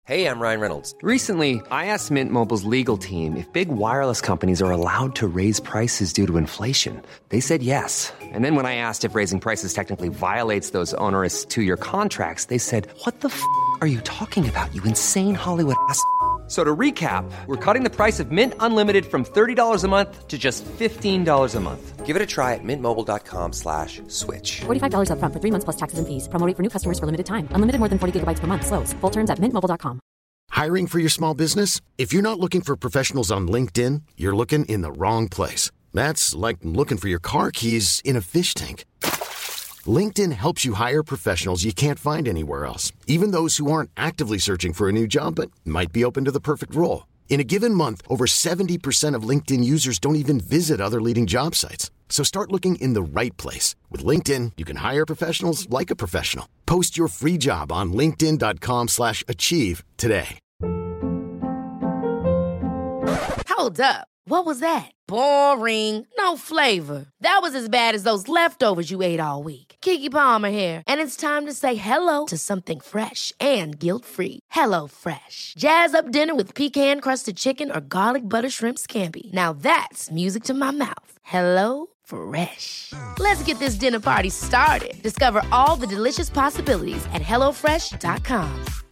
Hey, I'm Ryan Reynolds. Recently, I asked Mint Mobile's legal team if big wireless companies are allowed to raise prices due to inflation. They said yes. And then when I asked if raising prices technically violates those onerous two-year contracts, they said, "What the f*** are you talking about, you insane Hollywood ass?" So to recap, we're cutting the price of Mint Unlimited from $30 a month to just $15 a month. Give it a try at mintmobile.com/switch. $45 up front for 3 months plus taxes and fees. Promo rate for new customers for limited time. Unlimited more than 40 gigabytes per month. Slows full terms at mintmobile.com. Hiring for your small business? If you're not looking for professionals on LinkedIn, you're looking in the wrong place. That's like looking for your car keys in a fish tank. LinkedIn helps you hire professionals you can't find anywhere else, even those who aren't actively searching for a new job but might be open to the perfect role. In a given month, over 70% of LinkedIn users don't even visit other leading job sites. So start looking in the right place. With LinkedIn, you can hire professionals like a professional. Post your free job on linkedin.com/achieve today. Hold up. What was that? Boring. No flavor. That was as bad as those leftovers you ate all week. Keke Palmer here, and it's time to say hello to something fresh and guilt-free. Hello Fresh. Jazz up dinner with pecan-crusted chicken or garlic butter shrimp scampi. Now that's music to my mouth. Hello Fresh. Let's get this dinner party started. Discover all the delicious possibilities at hellofresh.com.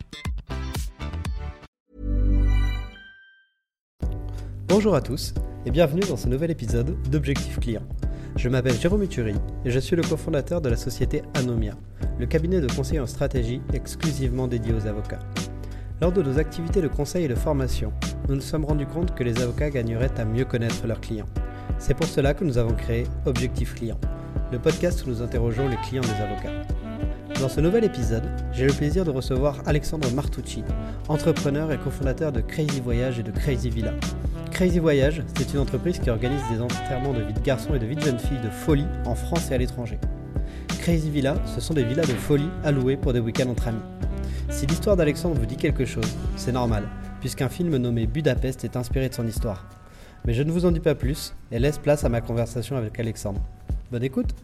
Bonjour à tous et bienvenue dans ce nouvel épisode d'Objectif Client. Je m'appelle Jérôme Uturi et je suis le cofondateur de la société Anomia, le cabinet de conseil en stratégie exclusivement dédié aux avocats. Lors de nos activités de conseil et de formation, nous nous sommes rendus compte que les avocats gagneraient à mieux connaître leurs clients. C'est pour cela que nous avons créé Objectif Client, le podcast où nous interrogeons les clients des avocats. Dans ce nouvel épisode, j'ai le plaisir de recevoir Alexandre Martucci, entrepreneur et cofondateur de Crazy Voyage et de Crazy Villa. Crazy Voyage, c'est une entreprise qui organise des enterrements de vie de garçons et de vie de jeunes filles de folie en France et à l'étranger. Crazy Villa, ce sont des villas de folie allouées pour des week-ends entre amis. Si l'histoire d'Alexandre vous dit quelque chose, c'est normal, puisqu'un film nommé Budapest est inspiré de son histoire. Mais je ne vous en dis pas plus et laisse place à ma conversation avec Alexandre. Bonne écoute!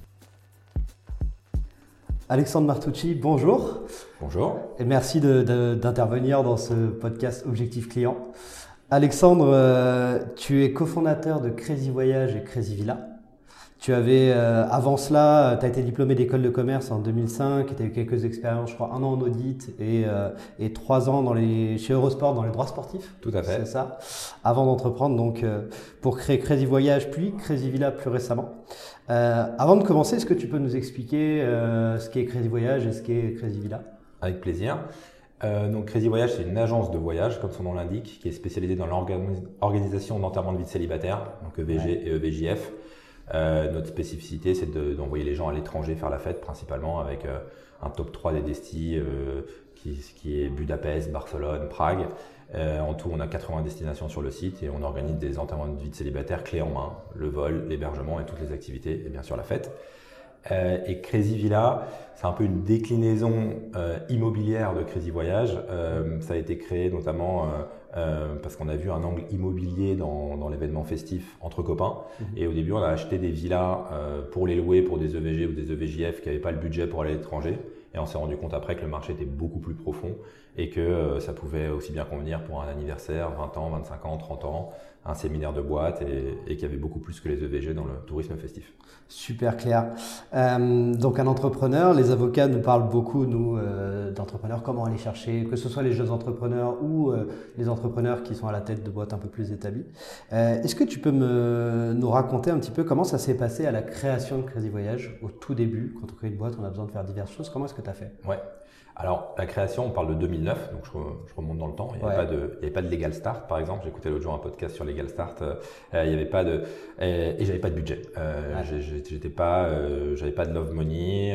Alexandre Martucci, bonjour. Bonjour. Et merci d'intervenir dans ce podcast Objectif Client. Alexandre, tu es cofondateur de Crazy Voyage et Crazy Villa. Tu avais, avant cela, tu as été diplômé d'école de commerce en 2005 et tu as eu quelques expériences, je crois, 1 an en audit et 3 ans chez Eurosport dans les droits sportifs. Tout à fait. C'est ça. Avant d'entreprendre donc, pour créer Crazy Voyage puis Crazy Villa plus récemment. Avant de commencer, est-ce que tu peux nous expliquer ce qu'est Crazy Voyage et ce qu'est Crazy Villa ? Avec plaisir. Donc Crazy Voyage, c'est une agence de voyage, comme son nom l'indique, qui est spécialisée dans l'organisation d'enterrement de vie de célibataires, donc EVG et EVJF. Notre spécificité, c'est d'envoyer les gens à l'étranger faire la fête, principalement avec un top 3 des destis qui est Budapest, Barcelone, Prague. En tout, on a 80 destinations sur le site et on organise des enterrements de vie de célibataires clés en main, le vol, l'hébergement et toutes les activités, et bien sûr la fête. Et Crazy Villa, c'est un peu une déclinaison immobilière de Crazy Voyage. Ça a été créé notamment parce qu'on a vu un angle immobilier dans l'événement festif entre copains. Et au début, on a acheté des villas pour les louer pour des EVG ou des EVJF qui n'avaient pas le budget pour aller à l'étranger. Et on s'est rendu compte après que le marché était beaucoup plus profond et que ça pouvait aussi bien convenir pour un anniversaire, 20 ans, 25 ans, 30 ans, un séminaire de boîte et qu'il y avait beaucoup plus que les EVG dans le tourisme festif. Super clair. Donc un entrepreneur, les avocats nous parlent beaucoup, nous, d'entrepreneurs, comment aller chercher, que ce soit les jeunes entrepreneurs ou les entrepreneurs qui sont à la tête de boîtes un peu plus établies. Est-ce que tu peux nous raconter un petit peu comment ça s'est passé à la création de Crazy Voyage au tout début? Quand on crée une boîte, on a besoin de faire diverses choses. Comment est-ce que tu as fait? Ouais. Alors, la création, on parle de 2009, donc je remonte dans le temps. Il n'y avait pas de Legal Start, par exemple. J'écoutais l'autre jour un podcast sur Legal Start. Il n'y avait pas de, et j'avais pas de budget. J'avais pas de love money.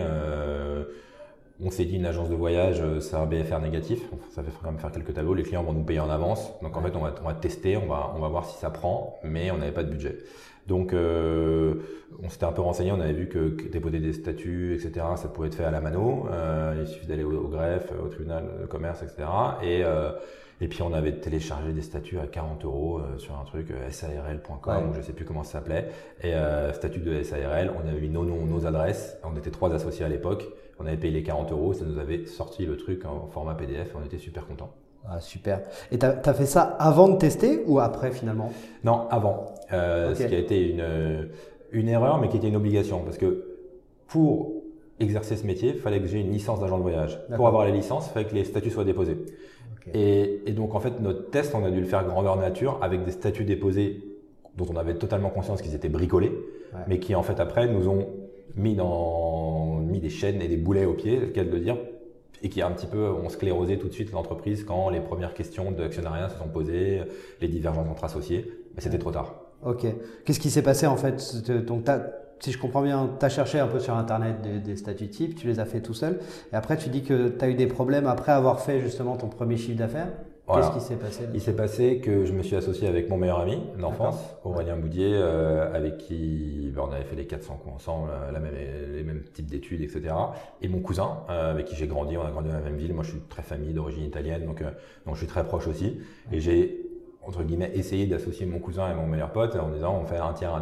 On s'est dit une agence de voyage, c'est un BFR négatif. Ça fait quand même faire quelques tableaux. Les clients vont nous payer en avance. Donc en fait, on va tester, on va voir si ça prend, mais on n'avait pas de budget. Donc on s'était un peu renseigné, on avait vu que déposer des statuts, etc., ça pouvait être fait à la mano. Il suffit d'aller au greffe, au tribunal de commerce, etc. Et puis on avait téléchargé des statuts à 40 € sur un truc sarl.com, ou je sais plus comment ça s'appelait. Et statut de SARL, on avait mis nos adresses. On était 3 associés à l'époque. On avait payé les 40 €, ça nous avait sorti le truc en format PDF et on était super contents. Ah, super. Et tu as fait ça avant de tester ou après finalement? Non, avant. Ok. Ce qui a été une erreur, mais qui était une obligation. Parce que pour exercer ce métier, il fallait que j'ai une licence d'agent de voyage. D'accord. Pour avoir la licence, il fallait que les statuts soient déposés. Ok. Et donc, en fait, notre test, on a dû le faire grandeur nature avec des statuts déposés dont on avait totalement conscience qu'ils étaient bricolés, mais qui, en fait, après, nous ont mis des chaînes et des boulets aux pieds, c'est le cas de le dire, et qui un petit peu ont sclérosé tout de suite l'entreprise quand les premières questions d'actionnariat se sont posées, les divergences entre associés. Mais c'était trop tard. Ok. Qu'est-ce qui s'est passé en fait? Donc, si je comprends bien, tu as cherché un peu sur Internet des statuts types, tu les as fait tout seul. Et après, tu dis que tu as eu des problèmes après avoir fait justement ton premier chiffre d'affaires. Voilà. Qu'est-ce qui s'est passé? Il s'est passé que je me suis associé avec mon meilleur ami d'enfance, Aurélien Boudier, avec qui on avait fait les 400 coups ensemble, les mêmes types d'études, etc. Et mon cousin, avec qui j'ai grandi, on a grandi dans la même ville. Moi, je suis très famille d'origine italienne, donc je suis très proche aussi. Et j'ai, entre guillemets, essayé d'associer mon cousin et mon meilleur pote en disant on fait un tiers,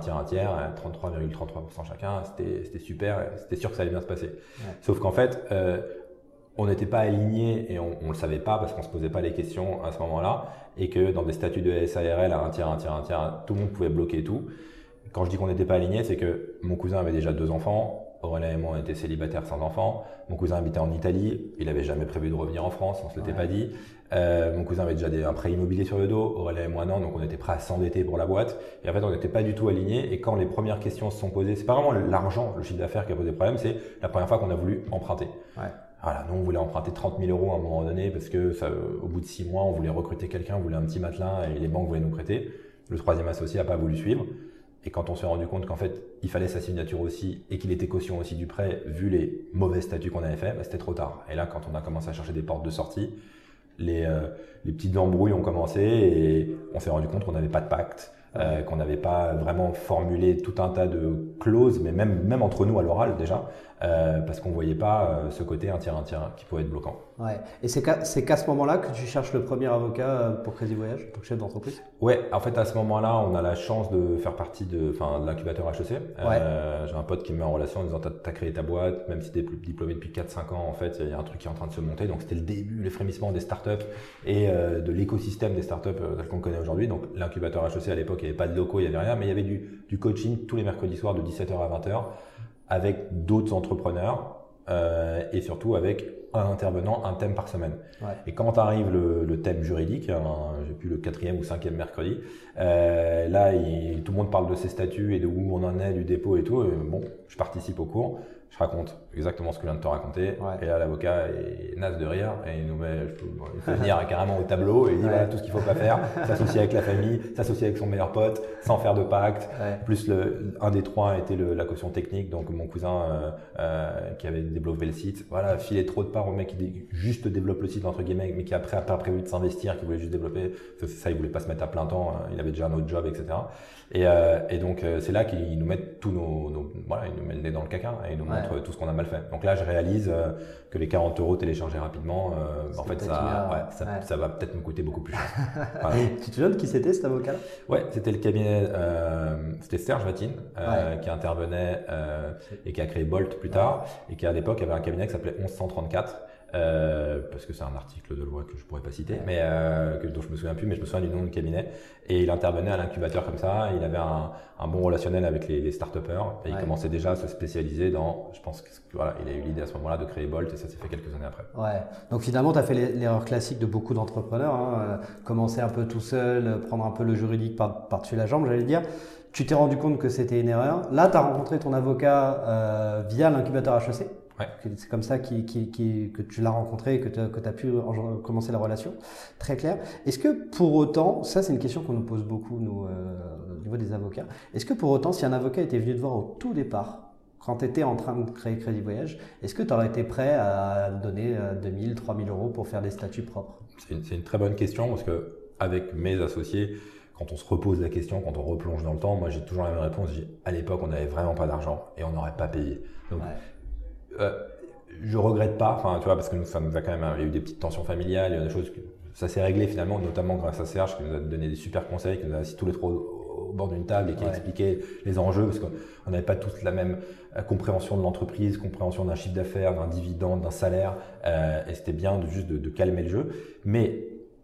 33,33% chacun. C'était super, c'était sûr que ça allait bien se passer. Ouais. Sauf qu'en fait, on n'était pas alignés et on le savait pas parce qu'on se posait pas les questions à ce moment-là, et que dans des statuts de SARL à un tiers, tout le monde pouvait bloquer tout. Quand je dis qu'on n'était pas alignés, c'est que mon cousin avait déjà 2 enfants, Aurélien et moi on était célibataires sans enfants, mon cousin habitait en Italie, il avait jamais prévu de revenir en France, on se l'était pas dit. Mon cousin avait déjà un prêt immobilier sur le dos, Aurélien et moi non, donc on était prêts à s'endetter pour la boîte. Et en fait, on n'était pas du tout alignés. Et quand les premières questions se sont posées, c'est pas vraiment l'argent, le chiffre d'affaires qui a posé problème, c'est la première fois qu'on a voulu emprunter. Ouais. Voilà, nous on voulait emprunter 30 000 € à un moment donné parce que au bout de 6 mois, on voulait recruter quelqu'un, on voulait un petit matelas et les banques voulaient nous prêter. Le troisième associé n'a pas voulu suivre. Et quand on s'est rendu compte qu'en fait, il fallait sa signature aussi et qu'il était caution aussi du prêt, vu les mauvais statuts qu'on avait fait, c'était trop tard. Et là, quand on a commencé à chercher des portes de sortie, les petites embrouilles ont commencé et on s'est rendu compte qu'on n'avait pas de pacte, qu'on n'avait pas vraiment formulé tout un tas de clauses, mais même entre nous à l'oral déjà, parce qu'on voyait pas ce côté un tiers qui pouvait être bloquant. Ouais. Et c'est qu'à ce moment-là que tu cherches le premier avocat pour Crédit Voyage, pour chef d'entreprise? Ouais, en fait à ce moment-là, on a la chance de faire partie de l'incubateur HEC. J'ai un pote qui me met en relation en disant t'as créé ta boîte, même si t'es diplômé depuis 4-5 ans, en fait il y a un truc qui est en train de se monter. Donc c'était le début, les frémissements des startups et de l'écosystème des startups tel qu'on connaît aujourd'hui. Donc l'incubateur HEC à l'époque, il n'y avait pas de locaux, il n'y avait rien, mais il y avait du coaching tous les mercredis soirs de 17h à 20h avec d'autres entrepreneurs et surtout avec un intervenant, un thème par semaine. Ouais. Et quand arrive le thème juridique, j'ai plus le 4e ou 5e mercredi, là tout le monde parle de ses statuts et de où on en est, du dépôt et tout. Et bon, je participe au cours, je raconte exactement ce que je viens de te raconter. Ouais. Et là, l'avocat est naze de rire et il nous il fait venir carrément au tableau et il dit voilà tout ce qu'il faut pas faire, s'associer avec la famille, s'associer avec son meilleur pote, sans faire de pacte. Ouais. Plus un des 3 était la caution technique, donc mon cousin qui avait développé le site. Voilà, filer trop de parts au mec qui juste développe le site entre guillemets, mais qui après a pas prévu de s'investir, qui voulait juste développer. Ça, il voulait pas se mettre à plein temps, il avait déjà un autre job, etc. Et donc c'est là qu'ils nous mettent tous voilà, ils nous mettent le nez dans le caca et ils nous montrent tout ce qu'on a mal fait. Donc là, je réalise que les 40 € téléchargés rapidement, en fait, ça va peut-être me coûter beaucoup plus cher. Voilà. Tu te souviens de qui c'était cet avocat-là? Ouais, c'était le cabinet, c'était Serge Vatine qui intervenait et qui a créé Bolt plus tard et qui à l'époque avait un cabinet qui s'appelait 1134. Parce que c'est un article de loi que je pourrais pas citer, mais dont je me souviens plus, mais je me souviens du nom du cabinet. Et il intervenait à l'incubateur comme ça. Il avait un bon relationnel avec les start-upers et il commençait déjà à se spécialiser dans. Je pense que voilà, il a eu l'idée à ce moment-là de créer Bolt et ça s'est fait quelques années après. Ouais. Donc finalement, tu as fait l'erreur classique de beaucoup d'entrepreneurs, commencer un peu tout seul, prendre un peu le juridique par-dessus la jambe, j'allais dire. Tu t'es rendu compte que c'était une erreur. Là, tu as rencontré ton avocat via l'incubateur HEC. Ouais. C'est comme ça que tu l'as rencontré et que tu as pu commencer la relation. Très clair. Est-ce que pour autant, ça c'est une question qu'on nous pose beaucoup nous au niveau des avocats, est-ce que pour autant si un avocat était venu te voir au tout départ, quand tu étais en train de créer Crédit Voyage, est-ce que tu aurais été prêt à donner 2 000, 3 000 € pour faire des statuts propres? C'est une très bonne question parce que avec mes associés, quand on se repose la question, quand on replonge dans le temps, moi j'ai toujours la même réponse. À l'époque, on n'avait vraiment pas d'argent et on n'aurait pas payé. Donc, je regrette pas, tu vois, parce que ça nous a quand même, il y a eu des petites tensions familiales, il y a des choses ça s'est réglé finalement, notamment grâce à Serge qui nous a donné des super conseils, qui nous a assis tous les 3 au bord d'une table et qui expliquait les enjeux, parce qu'on n'avait pas tous la même compréhension de l'entreprise, compréhension d'un chiffre d'affaires, d'un dividende, d'un salaire, et c'était bien juste de calmer le jeu. Mais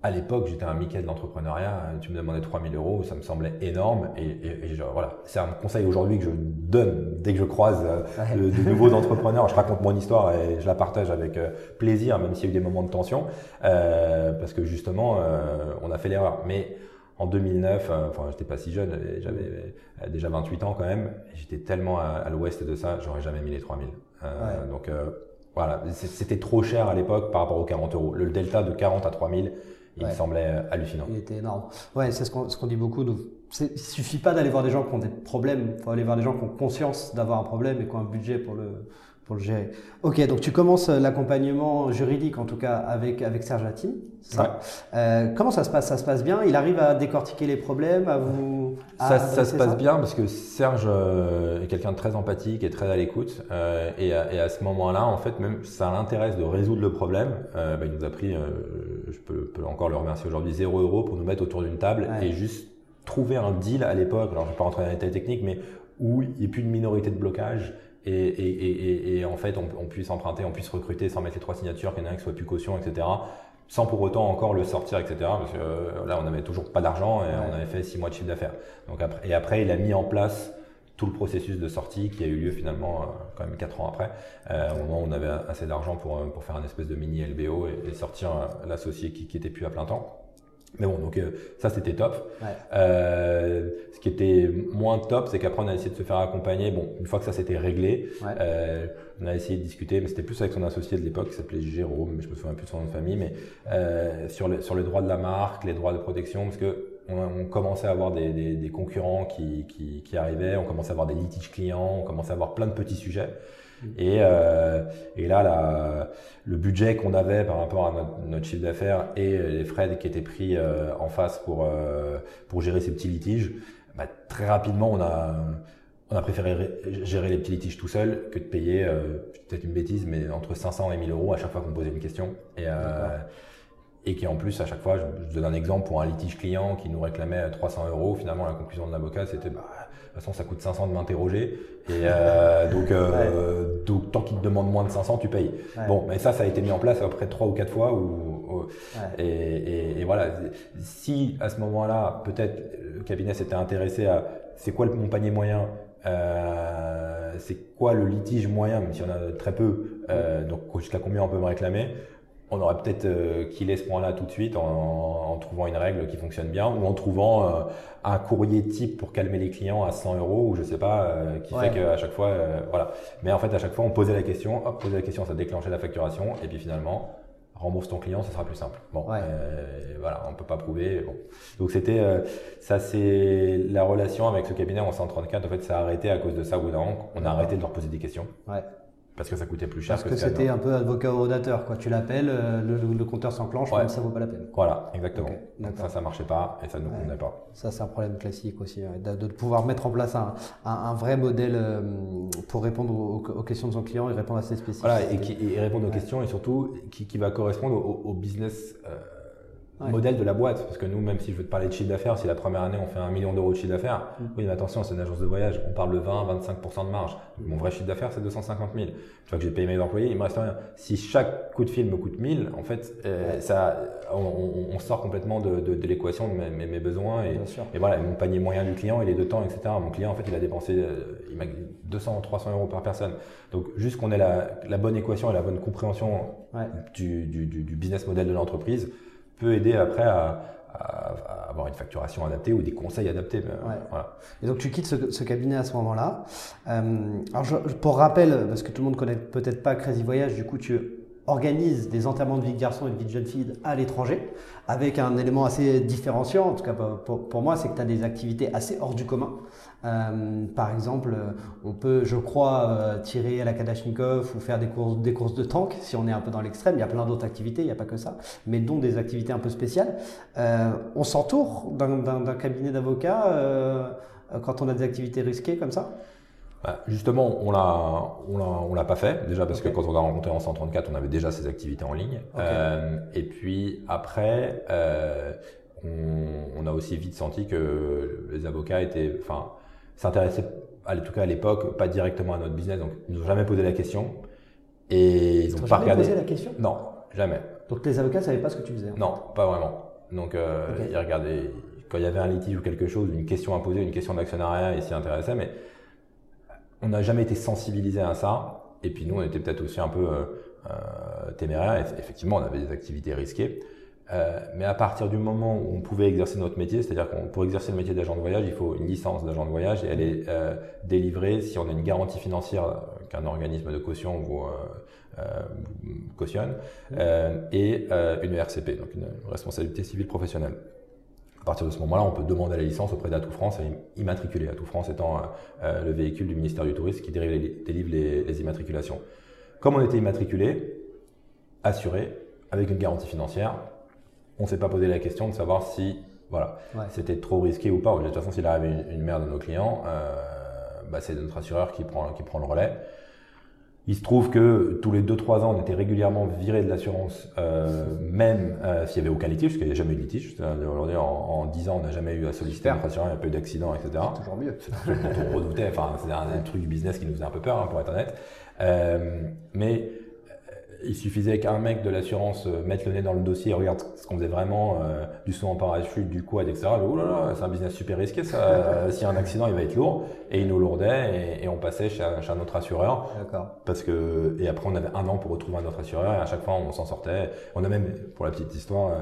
à l'époque, j'étais un Mickey de l'entrepreneuriat. Tu me demandais 3 000 euros, ça me semblait énorme. Et voilà, c'est un conseil aujourd'hui que je donne dès que je croise de nouveaux entrepreneurs. Je raconte mon histoire et je la partage avec plaisir, même s'il y a eu des moments de tension, parce que justement, on a fait l'erreur. Mais en 2009, j'étais pas si jeune, j'avais déjà 28 ans quand même. J'étais tellement à l'ouest de ça, j'aurais jamais mis les 3 000. Donc voilà, c'était trop cher à l'époque par rapport aux 40 euros. Le delta de 40 à 3 000. Il me semblait hallucinant. Il était énorme. Ouais, c'est ce qu'on dit beaucoup. Donc, il suffit pas d'aller voir des gens qui ont des problèmes. Il faut aller voir des gens qui ont conscience d'avoir un problème et qui ont un budget pour le gérer. Ok, donc tu commences l'accompagnement juridique, en tout cas avec Serge Latine. C'est ça. Comment ça se passe? Ça se passe bien? Il arrive à décortiquer les problèmes, à vous. Ça se passe bien parce que Serge est quelqu'un de très empathique et très à l'écoute. Et à ce moment-là, en fait, même ça l'intéresse de résoudre le problème. Il nous a pris, je peux encore le remercier aujourd'hui, 0 € pour nous mettre autour d'une table et juste trouver un deal à l'époque. Alors, je ne vais pas rentrer dans les détails techniques, mais où il n'y ait plus de minorité de blocage. Et en fait, on puisse emprunter, on puisse recruter sans mettre les 3 signatures, qu'il y en a un qui soit plus caution, etc. Sans pour autant encore le sortir, etc. Parce que là, on n'avait toujours pas d'argent et on avait fait 6 mois de chiffre d'affaires. Donc après, il a mis en place tout le processus de sortie qui a eu lieu finalement quand même 4 ans après, au moment où on avait assez d'argent pour faire un espèce de mini LBO et sortir l'associé qui était plus à plein temps. Mais bon, donc ça c'était top. Ce qui était moins top, c'est qu'après on a essayé de se faire accompagner. Bon, une fois que ça s'était réglé, on a essayé de discuter, mais c'était plus avec son associé de l'époque qui s'appelait Jérôme, mais je me souviens plus de son nom de famille, mais sur le droit de la marque, les droits de protection, parce que on commençait à avoir des concurrents qui arrivaient, on commençait à avoir des litiges clients, on commençait à avoir plein de petits sujets. Et là, le budget qu'on avait par rapport à notre chiffre d'affaires et les frais qui étaient pris en face pour gérer ces petits litiges, très rapidement, on a préféré gérer les petits litiges tout seul que de payer, peut-être une bêtise, mais entre 500 et 1000 € à chaque fois qu'on posait une question. Et qui en plus, à chaque fois, je donne un exemple pour un litige client qui nous réclamait 300 €. Finalement, la conclusion de l'avocat, c'était de toute façon, ça coûte 500 de m'interroger. Et donc, tant qu'il te demande moins de 500, tu payes. Bon, mais ça a été mis en place à peu près 3 ou 4 fois. Et voilà, si à ce moment-là, peut-être le cabinet s'était intéressé à c'est quoi mon panier moyen, c'est quoi le litige moyen, même si on a très peu, donc jusqu'à combien on peut me réclamer, on aurait peut-être killé ce point-là tout de suite en trouvant une règle qui fonctionne bien ou en trouvant un courrier type pour calmer les clients à 100 € ou je sais pas, qui fait qu'à chaque fois, voilà. Mais en fait, à chaque fois, on posait la question, ça déclenchait la facturation et puis finalement, rembourse ton client, ce sera plus simple. Bon, voilà, on peut pas prouver. Bon. Donc c'était, ça c'est la relation avec ce cabinet en 134. En fait, ça a arrêté à cause de ça au bout d'un moment. On a arrêté de leur poser des questions. Parce que ça coûtait plus cher. Parce que c'était un peu avocat au audateur, quoi. Tu l'appelles, le compteur s'enclenche, même ça vaut pas la peine. Voilà, exactement. Donc ça marchait pas et ça ne nous convenait pas. Ça, c'est un problème classique aussi, de pouvoir mettre en place un vrai modèle pour répondre aux questions de son client et répondre à ses spécificités. Voilà, et répondre aux questions et surtout qui va correspondre au business modèle de la boîte. Parce que nous, même si je veux te parler de chiffre d'affaires, si la première année on fait 1 million € de chiffre d'affaires, oui, mais attention, c'est une agence de voyage, on parle de 20-25% de marge. Mon vrai chiffre d'affaires, c'est 250 000. Une fois que j'ai payé mes employés, il me reste rien. Si chaque coup de fil me coûte 1000, en fait, on sort complètement de l'équation de mes besoins et voilà, mon panier moyen du client, il est de temps, etc. Mon client, en fait, il a dépensé, il m'a 200-300 € par personne. Donc, juste qu'on ait la bonne équation et la bonne compréhension du business model de l'entreprise peut aider après à avoir une facturation adaptée ou des conseils adaptés. Voilà. Et donc tu quittes ce cabinet à ce moment-là. Alors pour rappel, parce que tout le monde ne connaît peut-être pas Crazy Voyage, du coup tu organises des enterrements de vie de garçon et de vie de jeune fille à l'étranger, avec un élément assez différenciant, en tout cas pour moi, c'est que tu as des activités assez hors du commun. Par exemple, on peut, je crois, tirer à la Kalachnikov ou faire des courses de tank, si on est un peu dans l'extrême. Il y a plein d'autres activités, il n'y a pas que ça, mais dont des activités un peu spéciales. On s'entoure d'un cabinet d'avocats quand on a des activités risquées comme ça? Justement, on l'a pas fait, déjà parce que quand on a rencontré en 134, on avait déjà ces activités en ligne. Et puis après, on a aussi vite senti que les avocats s'intéressaient, en tout cas à l'époque, pas directement à notre business, donc ils nous ont jamais posé la question. Et ils n'ont pas regardé. Posé la question? Non, jamais. Donc les avocats ne savaient pas ce que tu faisais? Non, pas vraiment. Donc, il regardait quand il y avait un litige ou quelque chose, une question à poser, une question d'actionnariat, il s'y intéressait, mais on n'a jamais été sensibilisé à ça. Et puis nous, on était peut-être aussi un peu téméraires. Effectivement, on avait des activités risquées. Mais à partir du moment où on pouvait exercer notre métier, c'est-à-dire qu'on pour exercer le métier d'agent de voyage, il faut une licence d'agent de voyage et elle est délivrée si on a une garantie financière qu'un organisme de caution vous cautionne et une RCP, donc une responsabilité civile professionnelle. À partir de ce moment-là, on peut demander la licence auprès d'Atout France et immatriculer. Atout France étant le véhicule du ministère du Tourisme qui délivre les immatriculations. Comme on était immatriculé, assuré, avec une garantie financière, on ne s'est pas posé la question de savoir si c'était trop risqué ou pas. De toute façon, s'il arrive une merde de nos clients, c'est notre assureur qui prend le relais. Il se trouve que tous les 2-3 ans, on était régulièrement viré de l'assurance, même s'il n'y avait aucun litige, parce qu'il n'y a jamais eu de litige. Aujourd'hui, en 10 ans, on n'a jamais eu à solliciter notre assureur, il n'y a pas eu d'accident, etc. C'est toujours mieux. C'est ce dont on redoutait. Enfin, c'est un truc du business qui nous faisait un peu peur, pour être honnête. Mais il suffisait qu'un mec de l'assurance mette le nez dans le dossier et regarde ce qu'on faisait vraiment, du saut en parachute, du quad, etc. Oh là là, c'est un business super risqué, ça. S'il y a un accident, il va être lourd. Et il nous lourdait et on passait chez un autre assureur. D'accord. Et après, on avait 1 an pour retrouver un autre assureur et à chaque fois, on s'en sortait. On a même, pour la petite histoire,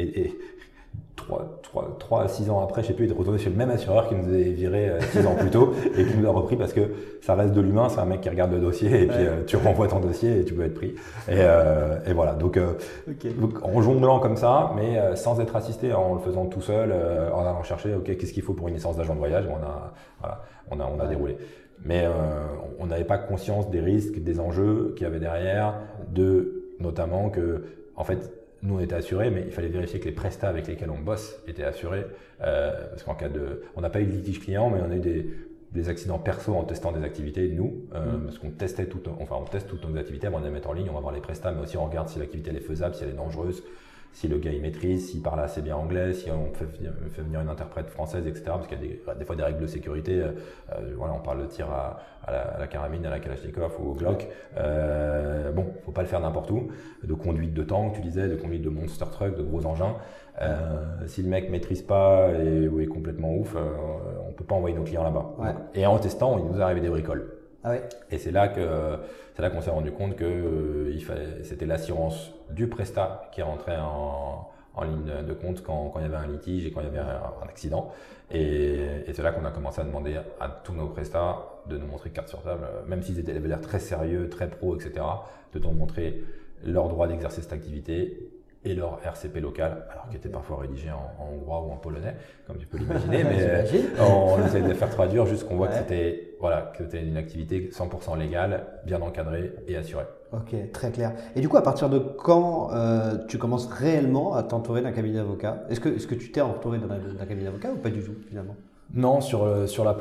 3 à 6 ans après, je sais plus, il est retourné chez le même assureur qui nous avait viré 6 ans plus tôt et qui nous a repris parce que ça reste de l'humain, c'est un mec qui regarde le dossier et puis tu renvoies ton dossier et tu peux être pris. Et voilà, donc en jonglant comme ça, mais sans être assisté, en le faisant tout seul, en allant chercher, qu'est-ce qu'il faut pour une licence d'agent de voyage, on a déroulé. Mais on n'avait pas conscience des risques, des enjeux qu'il y avait derrière, notamment que, en fait, nous, on était assurés, mais il fallait vérifier que les prestats avec lesquels on bosse étaient assurés. Parce qu'en cas on n'a pas eu de litige client, mais on a eu des accidents perso en testant des activités, nous. Parce qu'on testait on teste toutes nos activités avant de les mettre en ligne. On va voir les prestats, mais aussi on regarde si l'activité elle est faisable, si elle est dangereuse, si le gars il maîtrise, s'il parle assez bien anglais, si on fait venir une interprète française, etc. Parce qu'il y a des fois des règles de sécurité. On parle de tir à la carabine, à la Kalachnikov ou au Glock. Faut pas le faire n'importe où. De conduite de tank, tu disais, de conduite de monster truck, de gros engins. Si le mec maîtrise pas ou est complètement ouf, on peut pas envoyer nos clients là-bas. Ouais. Et en testant, il nous est arrivé des bricoles. Ah ouais. Et c'est là qu'on s'est rendu compte que c'était l'assurance du prestat qui rentrait en ligne de compte quand il y avait un litige et quand il y avait un accident. Et c'est là qu'on a commencé à demander à tous nos prestats de nous montrer carte sur table, même s'ils avaient l'air très sérieux, très pro, etc., de nous montrer leur droit d'exercer cette activité et leur RCP local, alors qui était parfois rédigé en hongrois ou en polonais, comme tu peux l'imaginer, mais on essaie de les faire traduire juste qu'on voit que c'était une activité 100% légale, bien encadrée et assurée. Ok, très clair. Et du coup, à partir de quand tu commences réellement à t'entourer d'un cabinet d'avocat ? Est-ce que tu t'es entouré d'un cabinet d'avocat ou pas du tout finalement ? Non, sur la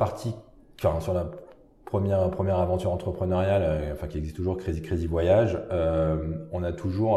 première aventure entrepreneuriale, qui existe toujours, Crazy Voyage, on a toujours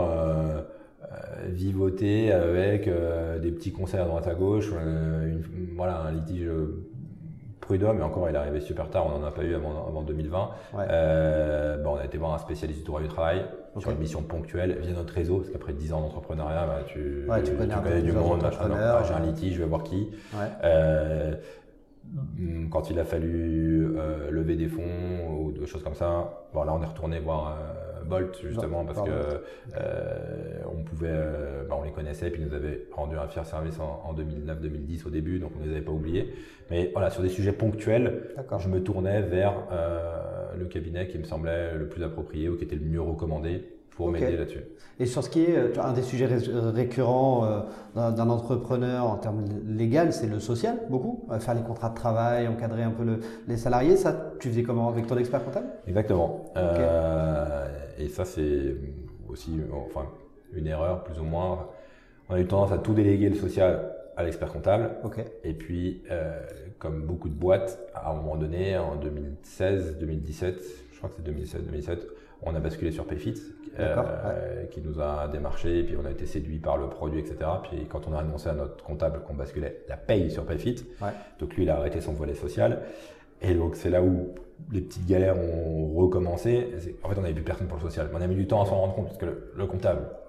vivoté avec des petits conseils à droite à gauche, un litige prud'homme, mais encore il est arrivé super tard, on n'en a pas eu avant 2020. Ouais. On a été voir un spécialiste du droit du travail sur une mission ponctuelle via notre réseau, parce qu'après 10 ans d'entrepreneuriat, tu connais du monde, j'ai un litige, je vais voir qui. Ouais. Quand il a fallu lever des fonds ou des choses comme ça, là on est retourné voir Bolt justement parce que on pouvait, on les connaissait et puis ils nous avaient rendu un fier service en 2009-2010 au début, donc on ne les avait pas oubliés. Mais voilà, sur des sujets ponctuels, je me tournais vers le cabinet qui me semblait le plus approprié ou qui était le mieux recommandé pour m'aider là-dessus. Et sur ce qui est un des sujets récurrents d'un entrepreneur en termes légaux, c'est le social, beaucoup. Faire les contrats de travail, encadrer un peu les salariés. Ça, tu faisais comment avec ton expert comptable ? Exactement. Et ça, c'est aussi une erreur, plus ou moins. On a eu tendance à tout déléguer le social à l'expert comptable. Et puis, comme beaucoup de boîtes, à un moment donné, en 2016-2017, je crois que c'est 2016-2017, on a basculé sur Payfit, qui nous a démarché, et puis on a été séduit par le produit, etc. Puis quand on a annoncé à notre comptable qu'on basculait la paye sur Payfit, donc lui il a arrêté son volet social, et donc c'est là où les petites galères ont recommencé. En fait, on n'avait plus personne pour le social. On a mis du temps à s'en rendre compte parce que le comptable,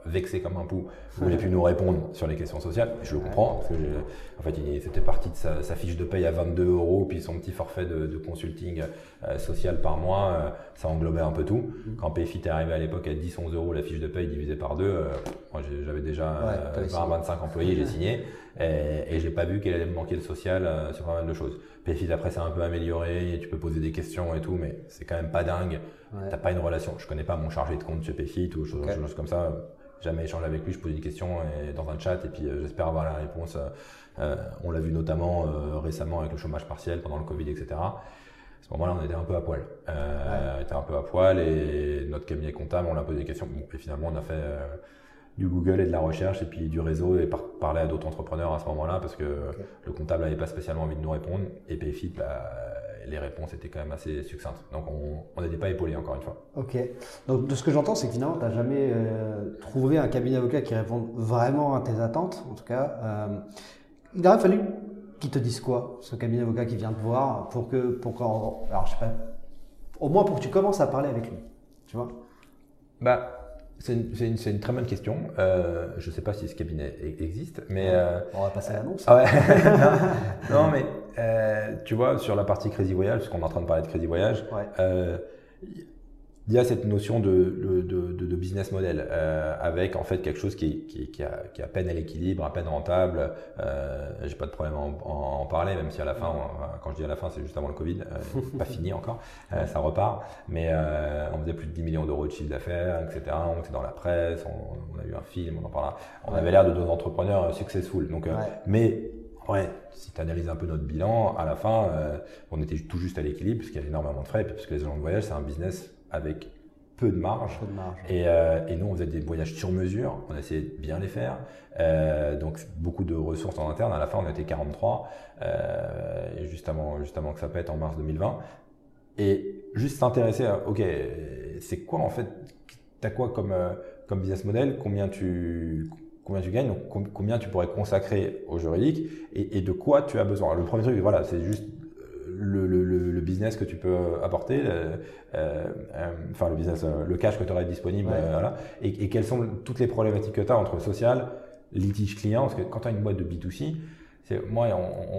vexé comme un pou, il voulait plus nous répondre sur les questions sociales. Je le comprends, parce que en fait, c'était parti de sa fiche de paye à 22 €, puis son petit forfait de consulting social par mois, ça englobait un peu tout. Quand Payfit est arrivé à l'époque à 10-11 € la fiche de paye divisée par 2, moi j'avais déjà 20-25 employés, j'ai signé. Et j'ai pas vu qu'il allait me manquer le social sur pas mal de choses. Payfit après c'est un peu amélioré, tu peux poser des questions et tout, mais c'est quand même pas dingue. T'as pas une relation. Je connais pas mon chargé de compte chez Payfit ou choses comme ça. Jamais échangé avec lui, je pose une question dans un chat et puis j'espère avoir la réponse. On l'a vu notamment récemment avec le chômage partiel pendant le Covid, etc. À ce moment-là, on était un peu à poil. On était un peu à poil et notre cabinet comptable, on l'a posé des questions. Bon, et finalement, on a fait du Google et de la recherche et puis du réseau et parler à d'autres entrepreneurs à ce moment-là parce que le comptable n'avait pas spécialement envie de nous répondre et Payfit, les réponses étaient quand même assez succinctes. Donc on n'était pas épaulés encore une fois. Ok. Donc de ce que j'entends, c'est que finalement, tu n'as jamais trouvé un cabinet d'avocat qui réponde vraiment à tes attentes. En tout cas, il aurait fallu qu'ils te disent quoi, ce cabinet d'avocat qui vient te voir alors je sais pas, au moins pour que tu commences à parler avec lui, tu vois. C'est une très bonne question. Je ne sais pas si ce cabinet existe, mais… On va passer à l'annonce. non, mais tu vois, sur la partie Crazy Voyage, parce qu'on est en train de parler de Crazy Voyage, il y a cette notion de business model avec en fait quelque chose qui est à peine à l'équilibre, à peine rentable. J'ai pas de problème à en parler, même si à la fin, quand je dis à la fin, c'est juste avant le Covid, pas fini encore, ça repart. Mais on faisait plus de 10 millions € de chiffre d'affaires, etc. On était dans la presse, on a eu un film, on en parlera. On avait l'air de deux entrepreneurs successful. Donc, mais ouais, si tu analyses un peu notre bilan, à la fin, on était tout juste à l'équilibre parce qu'il y avait énormément de frais, et puis parce que les agents de voyage, c'est un business avec peu de marge. Et nous, on faisait des voyages sur mesure, on essayait de bien les faire. Donc, beaucoup de ressources en interne. À la fin, on était 43, et juste avant que ça pète en mars 2020. Et juste s'intéresser à, ok, c'est quoi en fait, tu as quoi comme business model, combien tu gagnes, donc combien tu pourrais consacrer au juridique et de quoi tu as besoin. Le premier truc, voilà, c'est juste le business que tu peux apporter, enfin le business, le cash que tu aurais disponible, voilà, et quelles sont toutes les problématiques que tu as entre social, litige client, parce que quand tu as une boîte de B2C, moi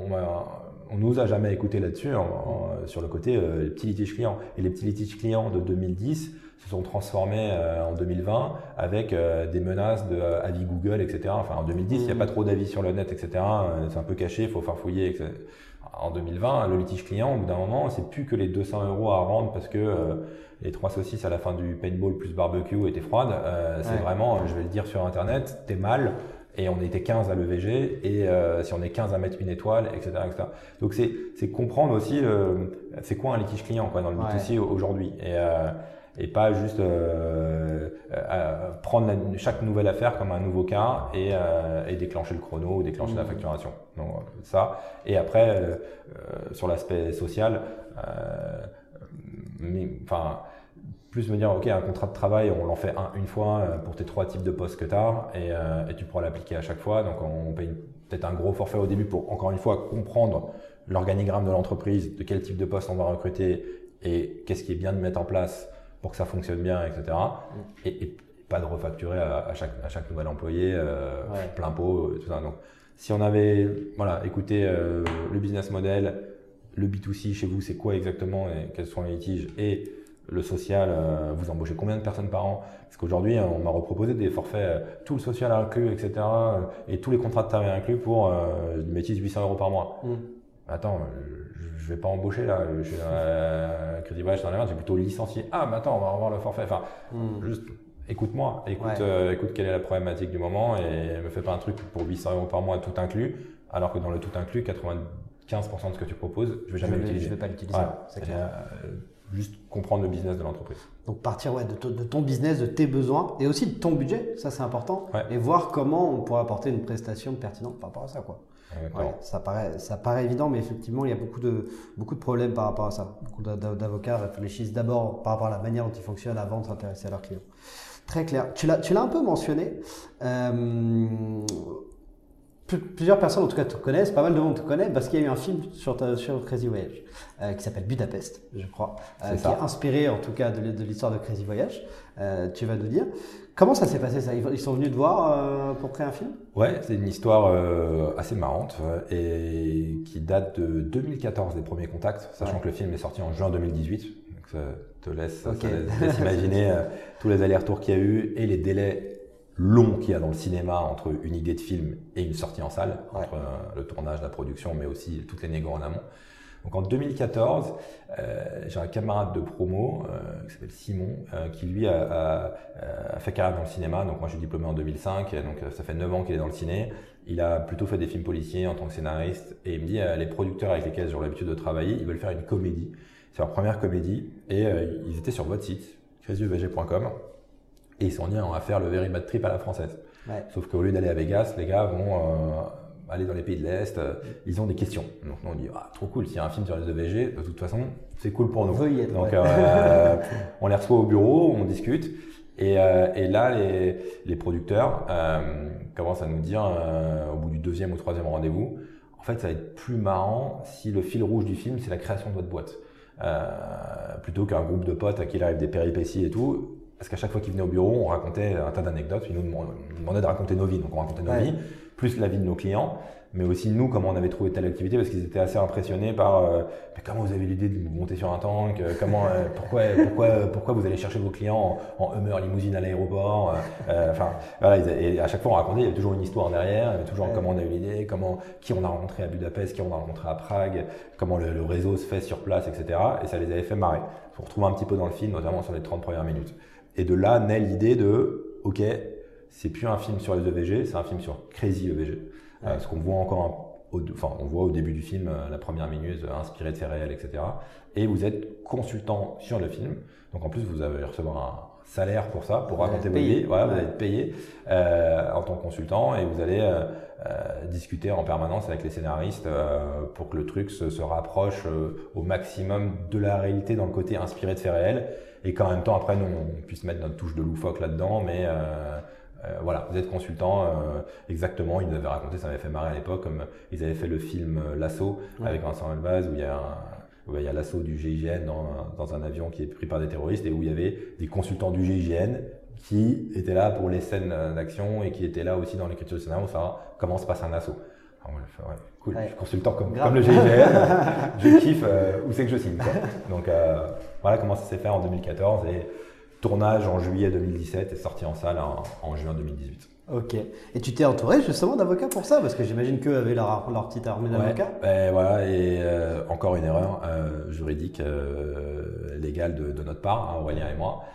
on nous a jamais écouté là-dessus sur le côté les petits litiges clients. Et les petits litiges clients de 2010 se sont transformés en 2020 avec des menaces de avis Google, etc. Enfin en 2010, il n'y a pas trop d'avis sur le net, etc. C'est un peu caché, il faut farfouiller, etc. En 2020, le litige client, au bout d'un moment, c'est plus que les 200 € à rendre parce que les 3 saucisses à la fin du paintball plus barbecue étaient froides. C'est vraiment, je vais le dire sur Internet, t'es mal. Et on était 15 à l'EVG, et si on est 15 à mettre une étoile, etc. etc. Donc c'est comprendre aussi c'est quoi un litige client quoi, dans le B2C aujourd'hui. Et pas juste prendre chaque nouvelle affaire comme un nouveau cas et déclencher le chrono ou déclencher la facturation. Donc ça. Et après, sur l'aspect social, plus me dire, ok, un contrat de travail, on l'en fait une fois pour tes 3 types de postes que tu as et tu pourras l'appliquer à chaque fois. Donc on paye peut-être un gros forfait au début pour, encore une fois, comprendre l'organigramme de l'entreprise, de quel type de poste on va recruter et qu'est-ce qui est bien de mettre en place pour que ça fonctionne bien, etc. Et pas de refacturer à chaque nouvel employé, plein pot, tout ça. Donc, si on avait écouté le business model, le B2C chez vous, c'est quoi exactement et quels sont les litiges, et le social, vous embauchez combien de personnes par an? Parce qu'aujourd'hui, on m'a reproposé des forfaits, tout le social inclus, etc. Et tous les contrats de travail inclus pour une bêtise 800 € par mois. Attends, je vais pas embaucher là, je suis Crazy Voyage dans la merde, j'ai plutôt licencié. Ah, mais attends, on va revoir le forfait. Enfin, juste écoute-moi, écoute quelle est la problématique du moment et me fais pas un truc pour 800 € par mois tout inclus, alors que dans le tout inclus, 95% de ce que tu proposes, je vais jamais l'utiliser. Je vais pas l'utiliser, c'est clair. Juste comprendre le business de l'entreprise. Donc partir de ton business, de tes besoins et aussi de ton budget, ça c'est important, et voir comment on pourrait apporter une prestation pertinente par rapport à ça, quoi. Ça paraît évident, mais effectivement il y a beaucoup de problèmes par rapport à ça. Beaucoup d'avocats réfléchissent d'abord par rapport à la manière dont ils fonctionnent avant de s'intéresser à leurs clients. Très clair. Tu l'as un peu mentionné. Plusieurs personnes en tout cas te connaissent, pas mal de monde te connaît parce qu'il y a eu un film sur Crazy Voyage qui s'appelle Budapest, je crois, qui est inspiré en tout cas de l'histoire de Crazy Voyage. Tu vas nous dire Comment ça s'est passé ça? Ils sont venus te voir pour créer un film? Ouais, c'est une histoire assez marrante et qui date de 2014 des premiers contacts, sachant que le film est sorti en juin 2018. Donc ça te laisse, ça laisse imaginer tous les allers-retours qu'il y a eu et les délais longs qu'il y a dans le cinéma entre une idée de film et une sortie en salle, entre le tournage, la production, mais aussi toutes les négos en amont. Donc en 2014, j'ai un camarade de promo qui s'appelle Simon, qui lui a fait carrière dans le cinéma. Donc moi je suis diplômé en 2005, donc ça fait 9 ans qu'il est dans le ciné. Il a plutôt fait des films policiers en tant que scénariste et il me dit les producteurs avec lesquels j'ai l'habitude de travailler, ils veulent faire une comédie. C'est leur première comédie et ils étaient sur votre site, crazyevg.com, et ils se sont dit on va faire le Very Bad Trip à la française. Ouais. Sauf qu'au lieu d'aller à Vegas, les gars vont aller dans les pays de l'Est, ils ont des questions. Donc nous on dit trop cool, s'il y a un film sur les EVG, de toute façon c'est cool pour nous. Donc on les reçoit au bureau, on discute et là les producteurs commencent à nous dire au bout du 2e ou 3e rendez-vous, en fait ça va être plus marrant si le fil rouge du film c'est la création de votre boîte. Plutôt qu'un groupe de potes à qui il arrive des péripéties et tout, parce qu'à chaque fois qu'ils venaient au bureau on racontait un tas d'anecdotes, ils nous demandaient de raconter nos vies, donc on racontait nos vies, plus la vie de nos clients, mais aussi nous, comment on avait trouvé telle activité, parce qu'ils étaient assez impressionnés par comment vous avez l'idée de monter sur un tank, pourquoi vous allez chercher vos clients en Hummer limousine à l'aéroport, enfin voilà, et à chaque fois on racontait, il y avait toujours une histoire derrière, il y avait toujours comment on a eu l'idée, qui on a rencontré à Budapest, qui on a rencontré à Prague, comment le réseau se fait sur place, etc. Et ça les avait fait marrer. On retrouve un petit peu dans le film, notamment sur les 30 premières minutes. Et de là naît l'idée de, ok, c'est plus un film sur les EVG, c'est un film sur Crazy EVG. Ce qu'on voit encore, on voit au début du film, la première minute, inspirée de faits réels, etc. Et vous êtes consultant sur le film. Donc en plus, vous allez recevoir un salaire pour ça, pour raconter votre vie. Voilà, vous allez être payé en tant que consultant et vous allez discuter en permanence avec les scénaristes pour que le truc se rapproche au maximum de la réalité dans le côté inspiré de faits réels. Et qu'en même temps, après, nous, on puisse mettre notre touche de loufoque là-dedans, mais voilà, vous êtes consultant, exactement, ils nous avaient raconté, ça m'avait fait marrer à l'époque, comme ils avaient fait le film L'Assaut avec Vincent Elbaz, où il y a l'assaut du GIGN dans un avion qui est pris par des terroristes et où il y avait des consultants du GIGN qui étaient là pour les scènes d'action et qui étaient là aussi dans l'écriture du scénario pour savoir comment se passe un assaut. Alors, cool, je suis consultant comme le GIGN, je kiffe où c'est que je signe, quoi. Donc voilà comment ça s'est fait en 2014 et tournage en juillet 2017 et sorti en salle en juin 2018. Ok. Et tu t'es entouré justement d'avocats pour ça? Parce que j'imagine qu'eux avaient leur petite armée d'avocats. Ouais, voilà, et encore une erreur juridique, légale de notre part, hein, Aurélien et moi.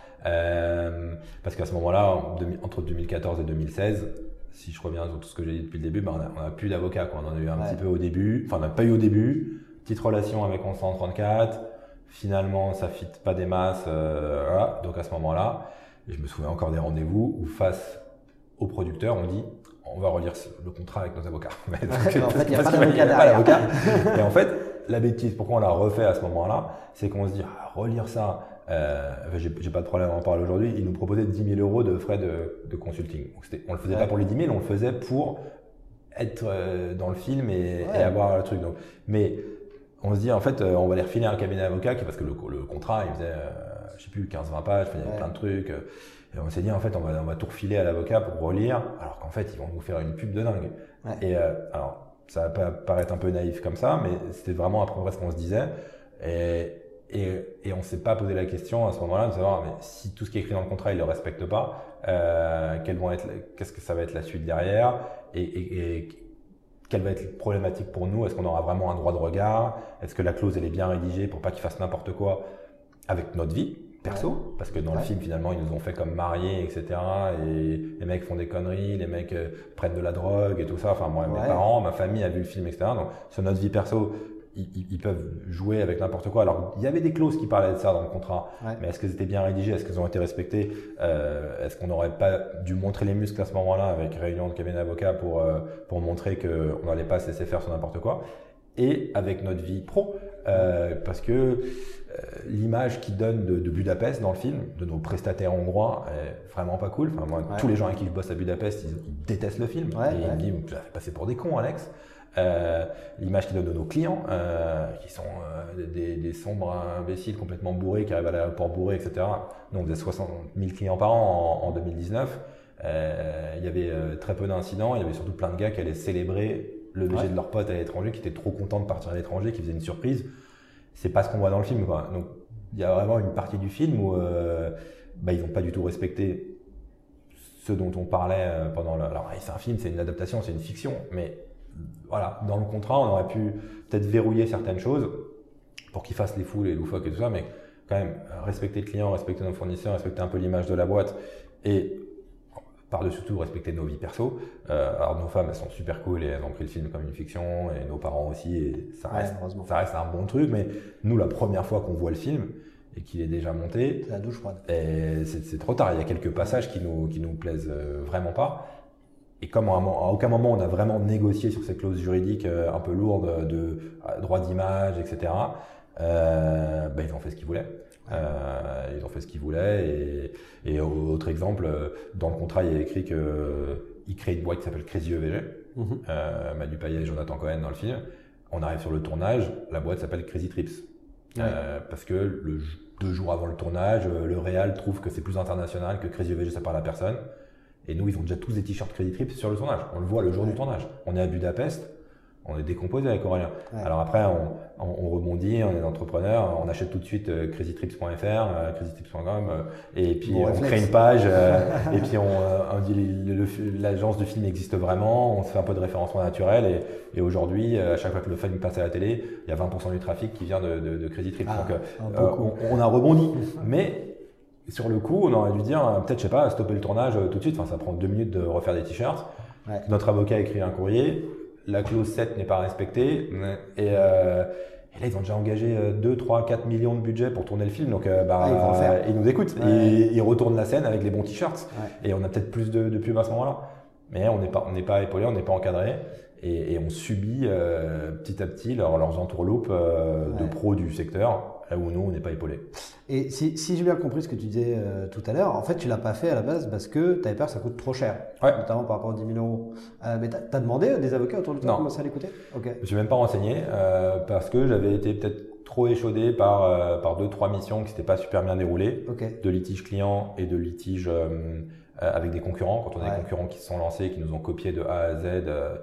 Parce qu'à ce moment-là, entre 2014 et 2016, si je reviens sur tout ce que j'ai dit depuis le début, on n'a plus d'avocats, quoi. On en a eu un petit peu au début, enfin on n'a pas eu au début, petite relation avec 1134, finalement ça fit pas des masses, voilà. Donc à ce moment-là, je me souviens encore des rendez-vous où face au producteur, on dit on va relire le contrat avec nos avocats. Mais en fait, il n'y a pas d'avocat. Et en fait, la bêtise, pourquoi on l'a refait à ce moment-là, c'est qu'on se dit relire ça, j'ai pas de problème à en parler aujourd'hui, ils nous proposaient 10 000 € de frais de consulting. Donc on le faisait pas pour les 10 000, on le faisait pour être dans le film et avoir le truc. Donc, mais on se dit en fait, on va les refiler à un cabinet d'avocats parce que le contrat, il faisait, je sais plus, 15-20 pages, il y avait plein de trucs. Et on s'est dit en fait, on va tout refiler à l'avocat pour relire, alors qu'en fait, ils vont nous faire une pub de dingue. Ouais. Et alors, ça va paraître un peu naïf comme ça, mais c'était vraiment à peu près ce qu'on se disait. Et on s'est pas posé la question à ce moment-là de savoir mais si tout ce qui est écrit dans le contrat, il le respecte pas, qu'est-ce que ça va être la suite derrière et quelle va être la problématique pour nous? Est-ce qu'on aura vraiment un droit de regard? Est-ce que la clause elle est bien rédigée pour pas qu'ils fassent n'importe quoi avec notre vie perso? Parce que dans le film finalement ils nous ont fait comme mariés, etc. Et les mecs font des conneries, les mecs prennent de la drogue et tout ça. Enfin moi, mes parents, ma famille a vu le film, etc. Donc sur notre vie perso, ils peuvent jouer avec n'importe quoi. Alors, il y avait des clauses qui parlaient de ça dans le contrat, mais est-ce qu'elles étaient bien rédigées? Est-ce qu'elles ont été respectées? Est-ce qu'on n'aurait pas dû montrer les muscles à ce moment-là avec réunion de cabinet d'avocats pour montrer qu'on n'allait pas se laisser faire sur n'importe quoi? Et avec notre vie pro, parce que l'image qu'ils donnent de Budapest dans le film, de nos prestataires hongrois, est vraiment pas cool. Enfin, moi, tous les gens avec qui je bosse à Budapest, ils détestent le film. Ils me disent, tu l'as fait passer pour des cons, Alex. l'image qu'ils donnent de nos clients, qui sont des sombres imbéciles complètement bourrés, qui arrivent à l'aéroport bourrés, etc. Nous, on faisait 60 000 clients par an en 2019. Il y avait très peu d'incidents, il y avait surtout plein de gars qui allaient célébrer le VG de leur pote à l'étranger, qui étaient trop contents de partir à l'étranger, qui faisaient une surprise. C'est pas ce qu'on voit dans le film, quoi. Donc, il y a vraiment une partie du film où ils n'ont pas du tout respecté ce dont on parlait pendant le... Alors, c'est un film, c'est une adaptation, c'est une fiction, mais voilà, dans le contrat, on aurait pu peut-être verrouiller certaines choses pour qu'ils fassent les fous, les loufoques et tout ça, mais quand même, respecter le client, respecter nos fournisseurs, respecter un peu l'image de la boîte et par-dessus tout respecter nos vies perso. Alors nos femmes, elles sont super cool et elles ont pris le film comme une fiction, et nos parents aussi, et ça reste un bon truc, mais nous, la première fois qu'on voit le film et qu'il est déjà monté, c'est la douche froide. Et c'est trop tard. Il y a quelques passages qui nous plaisent vraiment pas. Et comme à aucun moment on a vraiment négocié sur ces clauses juridiques un peu lourdes de droit d'image, etc., ils ont fait ce qu'ils voulaient. Ils ont fait ce qu'ils voulaient. Et autre exemple, dans le contrat, il y a écrit qu'ils créent une boîte qui s'appelle Crazy EVG. Manu Payet et Jonathan Cohen dans le film. On arrive sur le tournage, la boîte s'appelle Crazy Trips. Parce que 2 jours avant le tournage, le réal trouve que c'est plus international, que Crazy EVG ça parle à personne. Et nous, ils ont déjà tous des t-shirts Crazy Trips sur le tournage. On le voit le jour du tournage. On est à Budapest, on est décomposé avec Aurélien. Alors après, on rebondit, on est entrepreneur, on achète tout de suite crazytrips.fr, crazytrips.com, et puis on crée une page, et puis on dit l'agence du film existe vraiment, on se fait un peu de référencement naturel, et aujourd'hui, à chaque fois que le film passe à la télé, il y a 20% du trafic qui vient de Crazy Trips. Donc on a rebondi. Mais sur le coup, on aurait dû dire, peut-être, je sais pas, stopper le tournage tout de suite. Enfin, ça prend 2 minutes de refaire des t-shirts. Notre avocat écrit un courrier. La clause 7 n'est pas respectée. Et là, ils ont déjà engagé 2, 3, 4 millions de budget pour tourner le film. Donc, ils nous écoutent. Ils retournent la scène avec les bons t-shirts. Et on a peut-être plus de pubs à ce moment-là. Mais on n'est pas épaulé, on n'est pas encadré. Et on subit petit à petit leurs entourloupes de pros du secteur. Là où nous, on n'est pas épaulés. Et si j'ai bien compris ce que tu disais tout à l'heure, en fait, tu l'as pas fait à la base parce que tu avais peur que ça coûte trop cher, notamment par rapport aux 10 000 euros. Mais tu as demandé des avocats autour de toi comment ça allait coûter? Je ne me suis même pas renseigné parce que j'avais été peut-être trop échaudé par 2-3 missions qui ne s'étaient pas super bien déroulées, de litiges clients et de litiges avec des concurrents. Quand on a des concurrents qui se sont lancés, qui nous ont copiés de A à Z,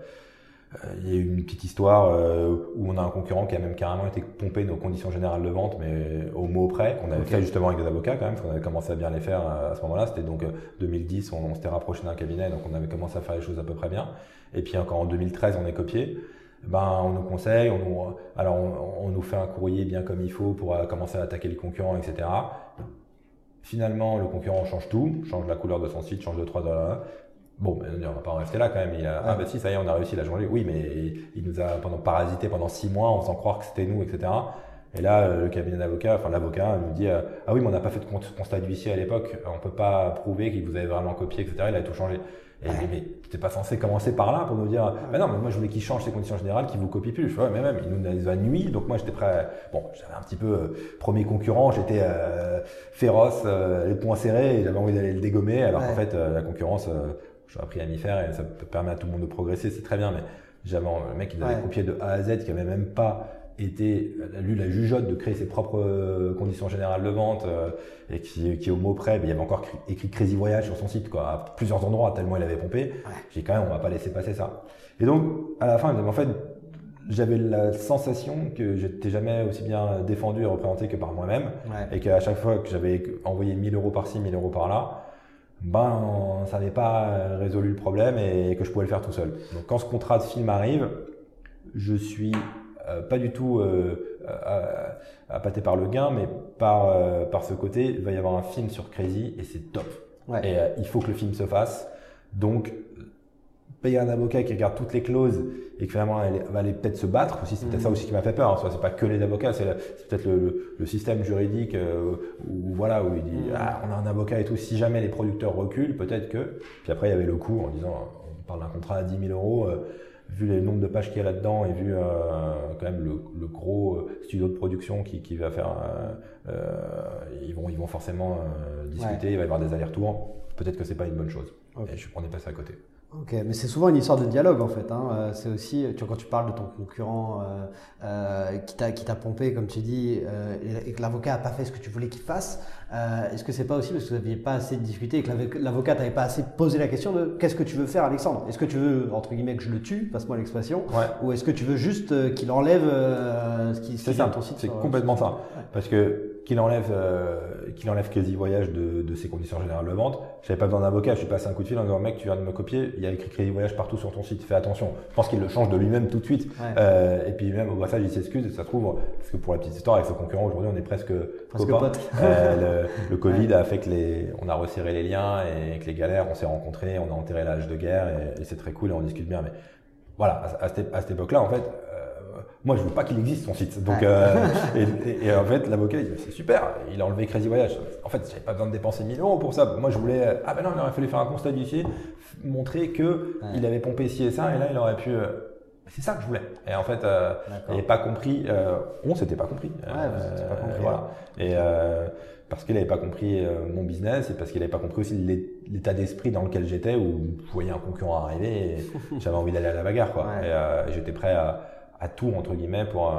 il y a eu une petite histoire où on a un concurrent qui a même carrément été pompé nos conditions générales de vente, mais au mot près, qu'on avait fait justement avec des avocats quand même, parce qu'on avait commencé à bien les faire à ce moment-là. C'était donc 2010, on s'était rapproché d'un cabinet, donc on avait commencé à faire les choses à peu près bien. Et puis encore en 2013, on est copié. On nous conseille, on nous fait un courrier bien comme il faut pour commencer à attaquer les concurrents, etc. Finalement, le concurrent change tout, change la couleur de son site, change de 3 $. Bon, on va pas en rester là quand même. Si, ça y est, on a réussi la journée. Oui, mais il nous a parasité pendant 6 mois en faisant croire que c'était nous, etc. Et là, le cabinet d'avocats, l'avocat nous dit ah oui, mais on n'a pas fait de constat d'huissier à l'époque. On peut pas prouver qu'il vous avait vraiment copié, etc. Il a tout changé. Et mais t'es pas censé commencer par là pour nous dire non, mais moi je voulais qu'il change ses conditions générales, qu'il vous copie plus. Mais même il nous a nuit, donc moi j'étais prêt. Bon, j'avais un petit peu premier concurrent, j'étais féroce, les poings serrés, et j'avais envie d'aller le dégommer. Alors qu'en fait, la concurrence, j'ai appris à m'y faire et ça permet à tout le monde de progresser, c'est très bien. Mais j'avais le mec qui avait copié de A à Z, qui avait même pas lu la jugeote de créer ses propres conditions générales de vente et qui au mot près, il y avait encore écrit Crazy Voyage sur son site, quoi, à plusieurs endroits tellement il avait pompé. J'ai quand même, on va pas laisser passer ça. Et donc à la fin, en fait, j'avais la sensation que j'étais jamais aussi bien défendu et représenté que par moi-même, et qu'à chaque fois que j'avais envoyé 1 000 euros par-ci, 1 000 euros par-là, ça n'avait pas résolu le problème et que je pouvais le faire tout seul. Donc quand ce contrat de film arrive, je suis pas du tout appâté par le gain, mais par ce côté, il va y avoir un film sur Crazy et c'est top. Et il faut que le film se fasse. Donc, payer un avocat qui regarde toutes les clauses et que finalement elle va aller peut-être se battre aussi, c'est peut-être ça aussi qui m'a fait peur. Hein. C'est pas que les avocats, c'est peut-être le système juridique où il dit on a un avocat et tout. Si jamais les producteurs reculent, peut-être que. Puis après il y avait le coût en disant on parle d'un contrat à 10 000 euros. Vu le nombre de pages qu'il y a là-dedans et vu quand même le gros studio de production qui va faire, ils vont forcément discuter, il va y avoir des allers-retours. Peut-être que c'est pas une bonne chose. Et on est passé à côté. Ok, mais c'est souvent une histoire de dialogue en fait. Hein. C'est aussi, tu vois, quand tu parles de ton concurrent qui t'a pompé, comme tu dis, et que l'avocat n'a pas fait ce que tu voulais qu'il fasse, est-ce que c'est pas aussi parce que vous n'aviez pas assez discuté et que l'avocat n'avait pas assez posé la question de qu'est-ce que tu veux faire, Alexandre? Est-ce que tu veux, entre guillemets, que je le tue, passe-moi l'expression, ou est-ce que tu veux juste qu'il enlève ce qui est sur ton site? C'est complètement ça. Parce que qu'il enlève Crazy Voyage de ses conditions générales de vente. J'avais pas besoin d'avocat, je suis passé un coup de fil en disant mec, tu viens de me copier, il y a écrit Crazy Voyage partout sur ton site, fais attention. Je pense qu'il le change de lui-même tout de suite. Et puis même au passage, il s'excuse, et ça se trouve, parce que pour la petite histoire, avec ce concurrent aujourd'hui, on est presque copains. Potes. Le Covid a fait que on a resserré les liens et que les galères, on s'est rencontrés, on a enterré l'âge de guerre et c'est très cool et on discute bien. Mais voilà, à cette époque-là, en fait, moi, je veux pas qu'il existe son site. Donc, et en fait, l'avocat, il dit c'est super, il a enlevé Crazy Voyage. En fait, j'avais pas besoin de dépenser 1000 € pour ça. Moi, je voulais, non, il aurait fallu faire un constat d'huissier, montrer que il avait pompé ci et ça, et là, il aurait pu. C'est ça que je voulais. Et en fait, il n'avait pas compris. On s'était pas compris. Vous pas compris. Voilà. Et parce qu'il n'avait pas compris mon business et parce qu'il n'avait pas compris aussi l'état d'esprit dans lequel j'étais, où je voyais un concurrent arriver et j'avais envie d'aller à la bagarre, quoi. Et j'étais prêt à tout entre guillemets pour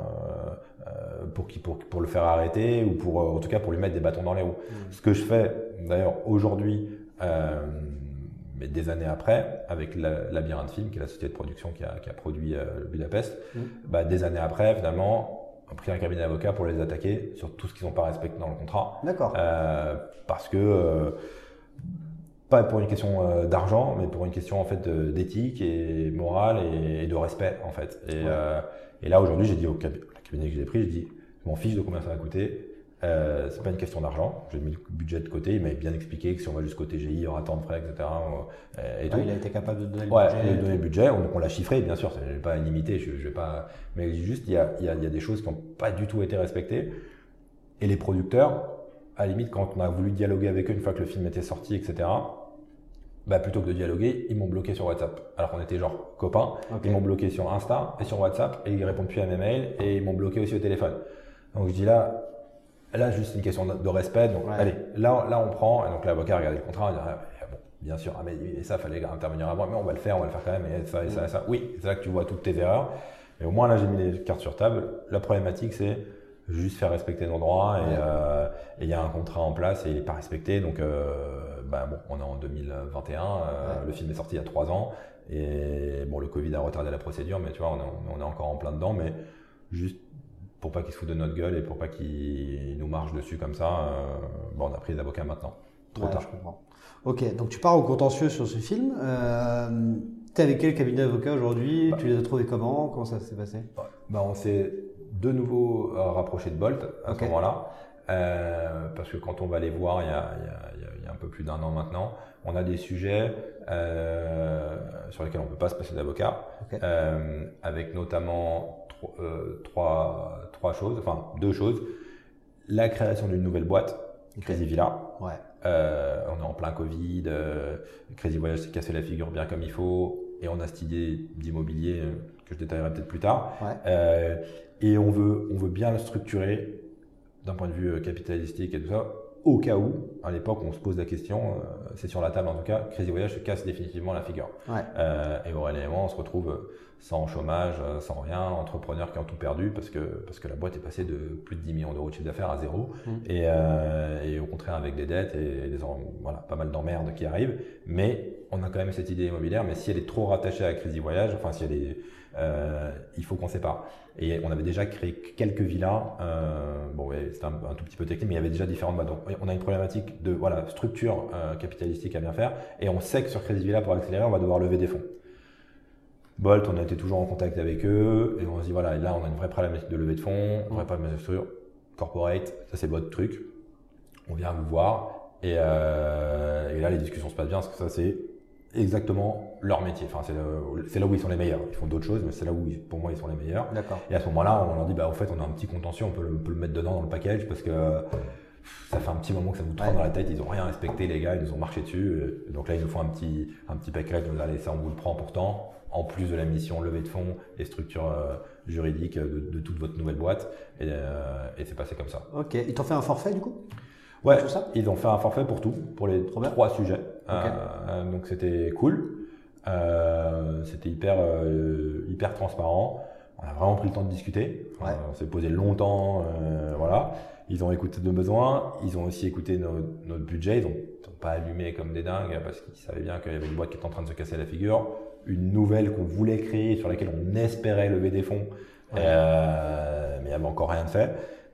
le faire arrêter ou pour en tout cas pour lui mettre des bâtons dans les roues. Ce que je fais d'ailleurs aujourd'hui, mais des années après, avec Labyrinthe Film, qui est la société de production qui a produit Budapest, des années après finalement, on a pris un cabinet d'avocats pour les attaquer sur tout ce qu'ils n'ont pas respecté dans le contrat. D'accord. Parce que pas pour une question d'argent, mais pour une question en fait d'éthique et morale et de respect en fait. Et là aujourd'hui, j'ai dit au cabinet que j'ai pris, j'ai dit, je m'en fiche de combien ça va coûter. C'est pas une question d'argent. J'ai mis le budget de côté. Il m'avait bien expliqué que si on va jusqu'au TGI, il y aura tant de frais, etc. Et tout. Il a été capable de donner le budget. Il a donné le budget. On l'a chiffré, bien sûr. Je vais pas limiter. Je vais pas. Mais juste, il y a des choses qui n'ont pas du tout été respectées. Et les producteurs, à la limite, quand on a voulu dialoguer avec eux une fois que le film était sorti, etc. Plutôt que de dialoguer, ils m'ont bloqué sur WhatsApp. Alors qu'on était genre copains. Okay. Ils m'ont bloqué sur Insta et sur WhatsApp et ils répondent plus à mes mails et ils m'ont bloqué aussi au téléphone. Donc je dis là, juste une question de respect. Donc allez, là on prend. Et donc l'avocat a regardé le contrat. Il dit bon, bien sûr, mais ça fallait intervenir avant. Mais on va le faire quand même. Et ça et ça et ça. Oui, c'est là que tu vois toutes tes erreurs. Mais au moins là j'ai mis les cartes sur table. La problématique c'est juste faire respecter nos droits et il y a un contrat en place et il n'est pas respecté. Donc on est en 2021, le film est sorti il y a 3 ans et bon, le Covid a retardé la procédure, mais tu vois, on est encore en plein dedans, mais juste pour pas qu'ils se foutent de notre gueule et pour pas qu'ils nous marchent dessus comme ça, on a pris les avocats maintenant. Trop tard. Je comprends. Ok, donc tu pars au contentieux sur ce film. Tu es avec quel cabinet d'avocats aujourd'hui? Tu les as trouvés comment? Comment ça s'est passé? On s'est de nouveau rapproché de Bolt à ce moment-là. Parce que quand on va les voir il y a un peu plus d'1 an maintenant, on a des sujets sur lesquels on ne peut pas se passer d'avocat, avec notamment 2 choses. La création d'une nouvelle boîte, Crazy Villa. On est en plein Covid, Crazy Voyage s'est cassé la figure bien comme il faut et on a cette idée d'immobilier que je détaillerai peut-être plus tard. Et on veut bien le structurer d'un point de vue capitalistique et tout ça, au cas où, à l'époque, on se pose la question, c'est sur la table en tout cas, Crazy Voyage se casse définitivement la figure. Et Aurélien et moi, on se retrouve sans chômage, sans rien, entrepreneurs qui ont tout perdu parce que la boîte est passée de plus de 10 millions d'euros de chiffre d'affaires à 0. Et au contraire, avec des dettes et pas mal d'emmerdes qui arrivent. Mais on a quand même cette idée immobilière, mais si elle est trop rattachée à Crazy Voyage, enfin si elle est... il faut qu'on sépare. Et on avait déjà créé quelques villas, c'était un tout petit peu technique, mais il y avait déjà différentes boîtes. Donc on a une problématique de structure capitalistique à bien faire, et on sait que sur Crazy Villa, pour accélérer, on va devoir lever des fonds. Bolt, on a été toujours en contact avec eux, et on se dit là on a une vraie problématique de levée de fonds, une vraie problématique de structure, corporate, ça c'est votre truc, on vient vous voir, et là les discussions se passent bien, parce que ça c'est exactement leur métier. Enfin, c'est là où ils sont les meilleurs. Ils font d'autres choses, mais c'est là où, pour moi, ils sont les meilleurs. D'accord. Et à ce moment-là, on leur dit, au fait, on a un petit contentieux, on peut le mettre dedans dans le package parce que ça fait un petit moment que ça nous trempe dans la tête. Ils n'ont rien respecté, les gars, ils nous ont marché dessus. Donc là, ils nous font un petit package. Donc, allez, ça, on vous le prend pourtant. En plus de la mission levée de fonds et structure juridique de toute votre nouvelle boîte. Et c'est passé comme ça. Ok. Ils t'ont fait un forfait, du coup? Ils ont fait un forfait pour tout, pour les 3 sujets. Donc c'était cool. C'était hyper transparent. On a vraiment pris le temps de discuter. Ouais. On s'est posé longtemps, voilà. Ils ont écouté nos besoins, ils ont aussi écouté notre budget. Ils n'ont pas allumé comme des dingues parce qu'ils savaient bien qu'il y avait une boîte qui était en train de se casser la figure, une nouvelle qu'on voulait créer sur laquelle on espérait lever des fonds, mais il n'y avait encore rien de fait.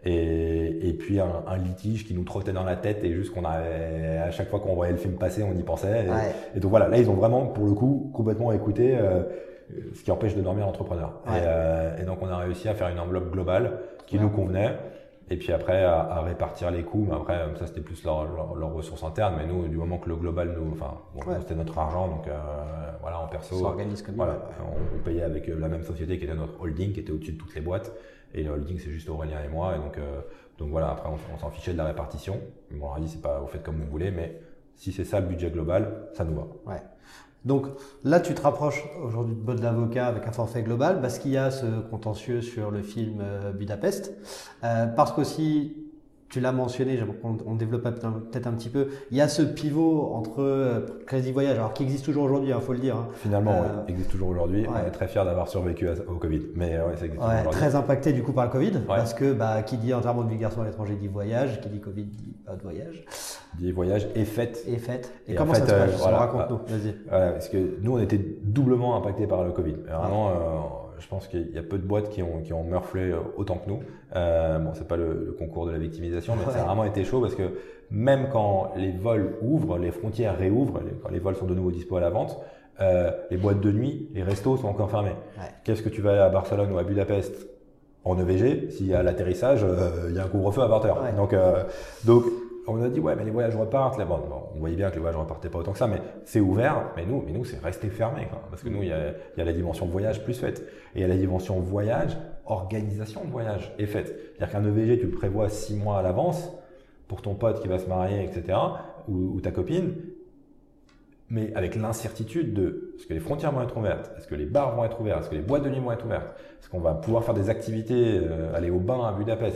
Et puis un litige qui nous trottait dans la tête et juste qu'on avait, à chaque fois qu'on voyait le film passer, on y pensait. Et donc voilà, là ils ont vraiment pour le coup complètement écouté. Ce qui empêche de dormir l'entrepreneur. Et donc on a réussi à faire une enveloppe globale qui nous convenait. Et puis après à répartir les coûts. Mais après ça c'était plus leurs ressources internes. Mais nous du moment que le global nous c'était notre argent. Donc voilà, en perso. Ça s'organise comme voilà, on payait avec la même société qui était notre holding, qui était au-dessus de toutes les boîtes. Et le holding c'est juste Aurélien et moi. Et donc voilà, après on s'en fichait de la répartition. On leur a dit c'est pas, vous faites comme vous voulez, mais si c'est ça le budget global, ça nous va. Ouais. Donc là, tu te rapproches aujourd'hui de Bode l'avocat avec un forfait global parce qu'il y a ce contentieux sur le film Budapest. Parce qu'aussi, tu l'as mentionné, on développe peut-être un petit peu, il y a ce pivot entre Crazy Voyage, alors qui existe toujours aujourd'hui, faut le dire. Hein. Finalement, oui, existe toujours aujourd'hui. On est très fiers d'avoir survécu au Covid. Mais ça existe toujours aujourd'hui. Très impacté du coup par le Covid, parce que qui dit enterrement de vie de garçon à l'étranger dit voyage, qui dit Covid dit pas de voyage. Dit voyage et fête. Et comment ça se passe raconte-nous, vas-y. Voilà, parce que nous, on était doublement impactés par le Covid. Vraiment, je pense qu'il y a peu de boîtes qui ont meurflé autant que nous. C'est pas le concours de la victimisation, mais ça a vraiment été chaud parce que même quand les vols ouvrent, les frontières réouvrent, quand les vols sont de nouveau dispo à la vente, les boîtes de nuit, les restos sont encore fermés. Qu'est-ce que tu vas aller à Barcelone ou à Budapest en EVG si à l'atterrissage, il y a un couvre-feu à 20h. Donc on a dit mais les voyages repartent. Là, on voyait bien que les voyages repartaient pas autant que ça, mais c'est ouvert. Mais nous c'est resté fermé, quoi. Parce que nous il y a la dimension voyage plus fête, et il y a la dimension voyage, organisation de voyage et fête. C'est-à-dire qu'un EVG tu le prévois 6 mois à l'avance pour ton pote qui va se marier, etc. ou ta copine, mais avec l'incertitude de est-ce que les frontières vont être ouvertes, est-ce que les bars vont être ouverts, est-ce que les boîtes de nuit vont être ouvertes, est-ce qu'on va pouvoir faire des activités, aller au bain à Budapest,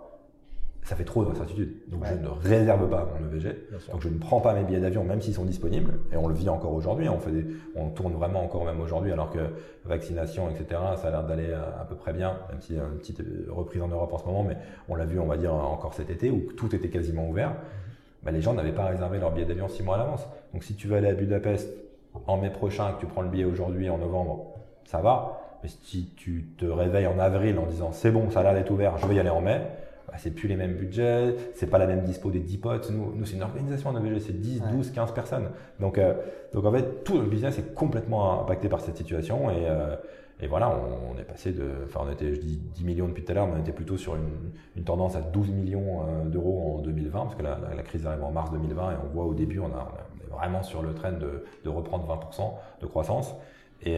ça fait trop d'incertitudes. Donc je ne réserve pas mon EVG. Donc je ne prends pas mes billets d'avion même s'ils sont disponibles. Et on le vit encore aujourd'hui. On tourne vraiment encore même aujourd'hui alors que vaccination, etc. Ça a l'air d'aller à peu près bien, même s'il y a une petite reprise en Europe en ce moment. Mais on l'a vu, on va dire, encore cet été où tout était quasiment ouvert. Les gens n'avaient pas réservé leur billet d'avion 6 mois à l'avance. Donc si tu veux aller à Budapest en mai prochain, que tu prends le billet aujourd'hui en novembre, ça va. Mais si tu te réveilles en avril en disant c'est bon, ça a l'air d'être ouvert, je vais y aller en mai, c'est plus les mêmes budgets, c'est pas la même dispo des 10 potes. Nous c'est une organisation en EVG, c'est 10, 12, 15 personnes. Donc en fait, tout le business est complètement impacté par cette situation. Et voilà, on est passé on était, je dis 10 millions depuis tout à l'heure, mais on était plutôt sur une tendance à 12 millions d'euros en 2020, parce que la crise arrive en mars 2020 et on voit au début, on est vraiment sur le trend de reprendre 20% de croissance. Et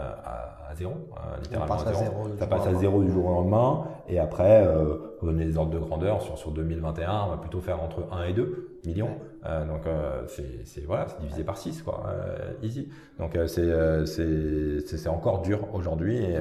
à zéro, littéralement à zéro. Ça passe à zéro du jour au lendemain. Et après, pour donner des ordres de grandeur, sur 2021, on va plutôt faire entre 1 et 2 millions. Donc c'est divisé par 6, quoi, easy. Donc c'est encore dur aujourd'hui et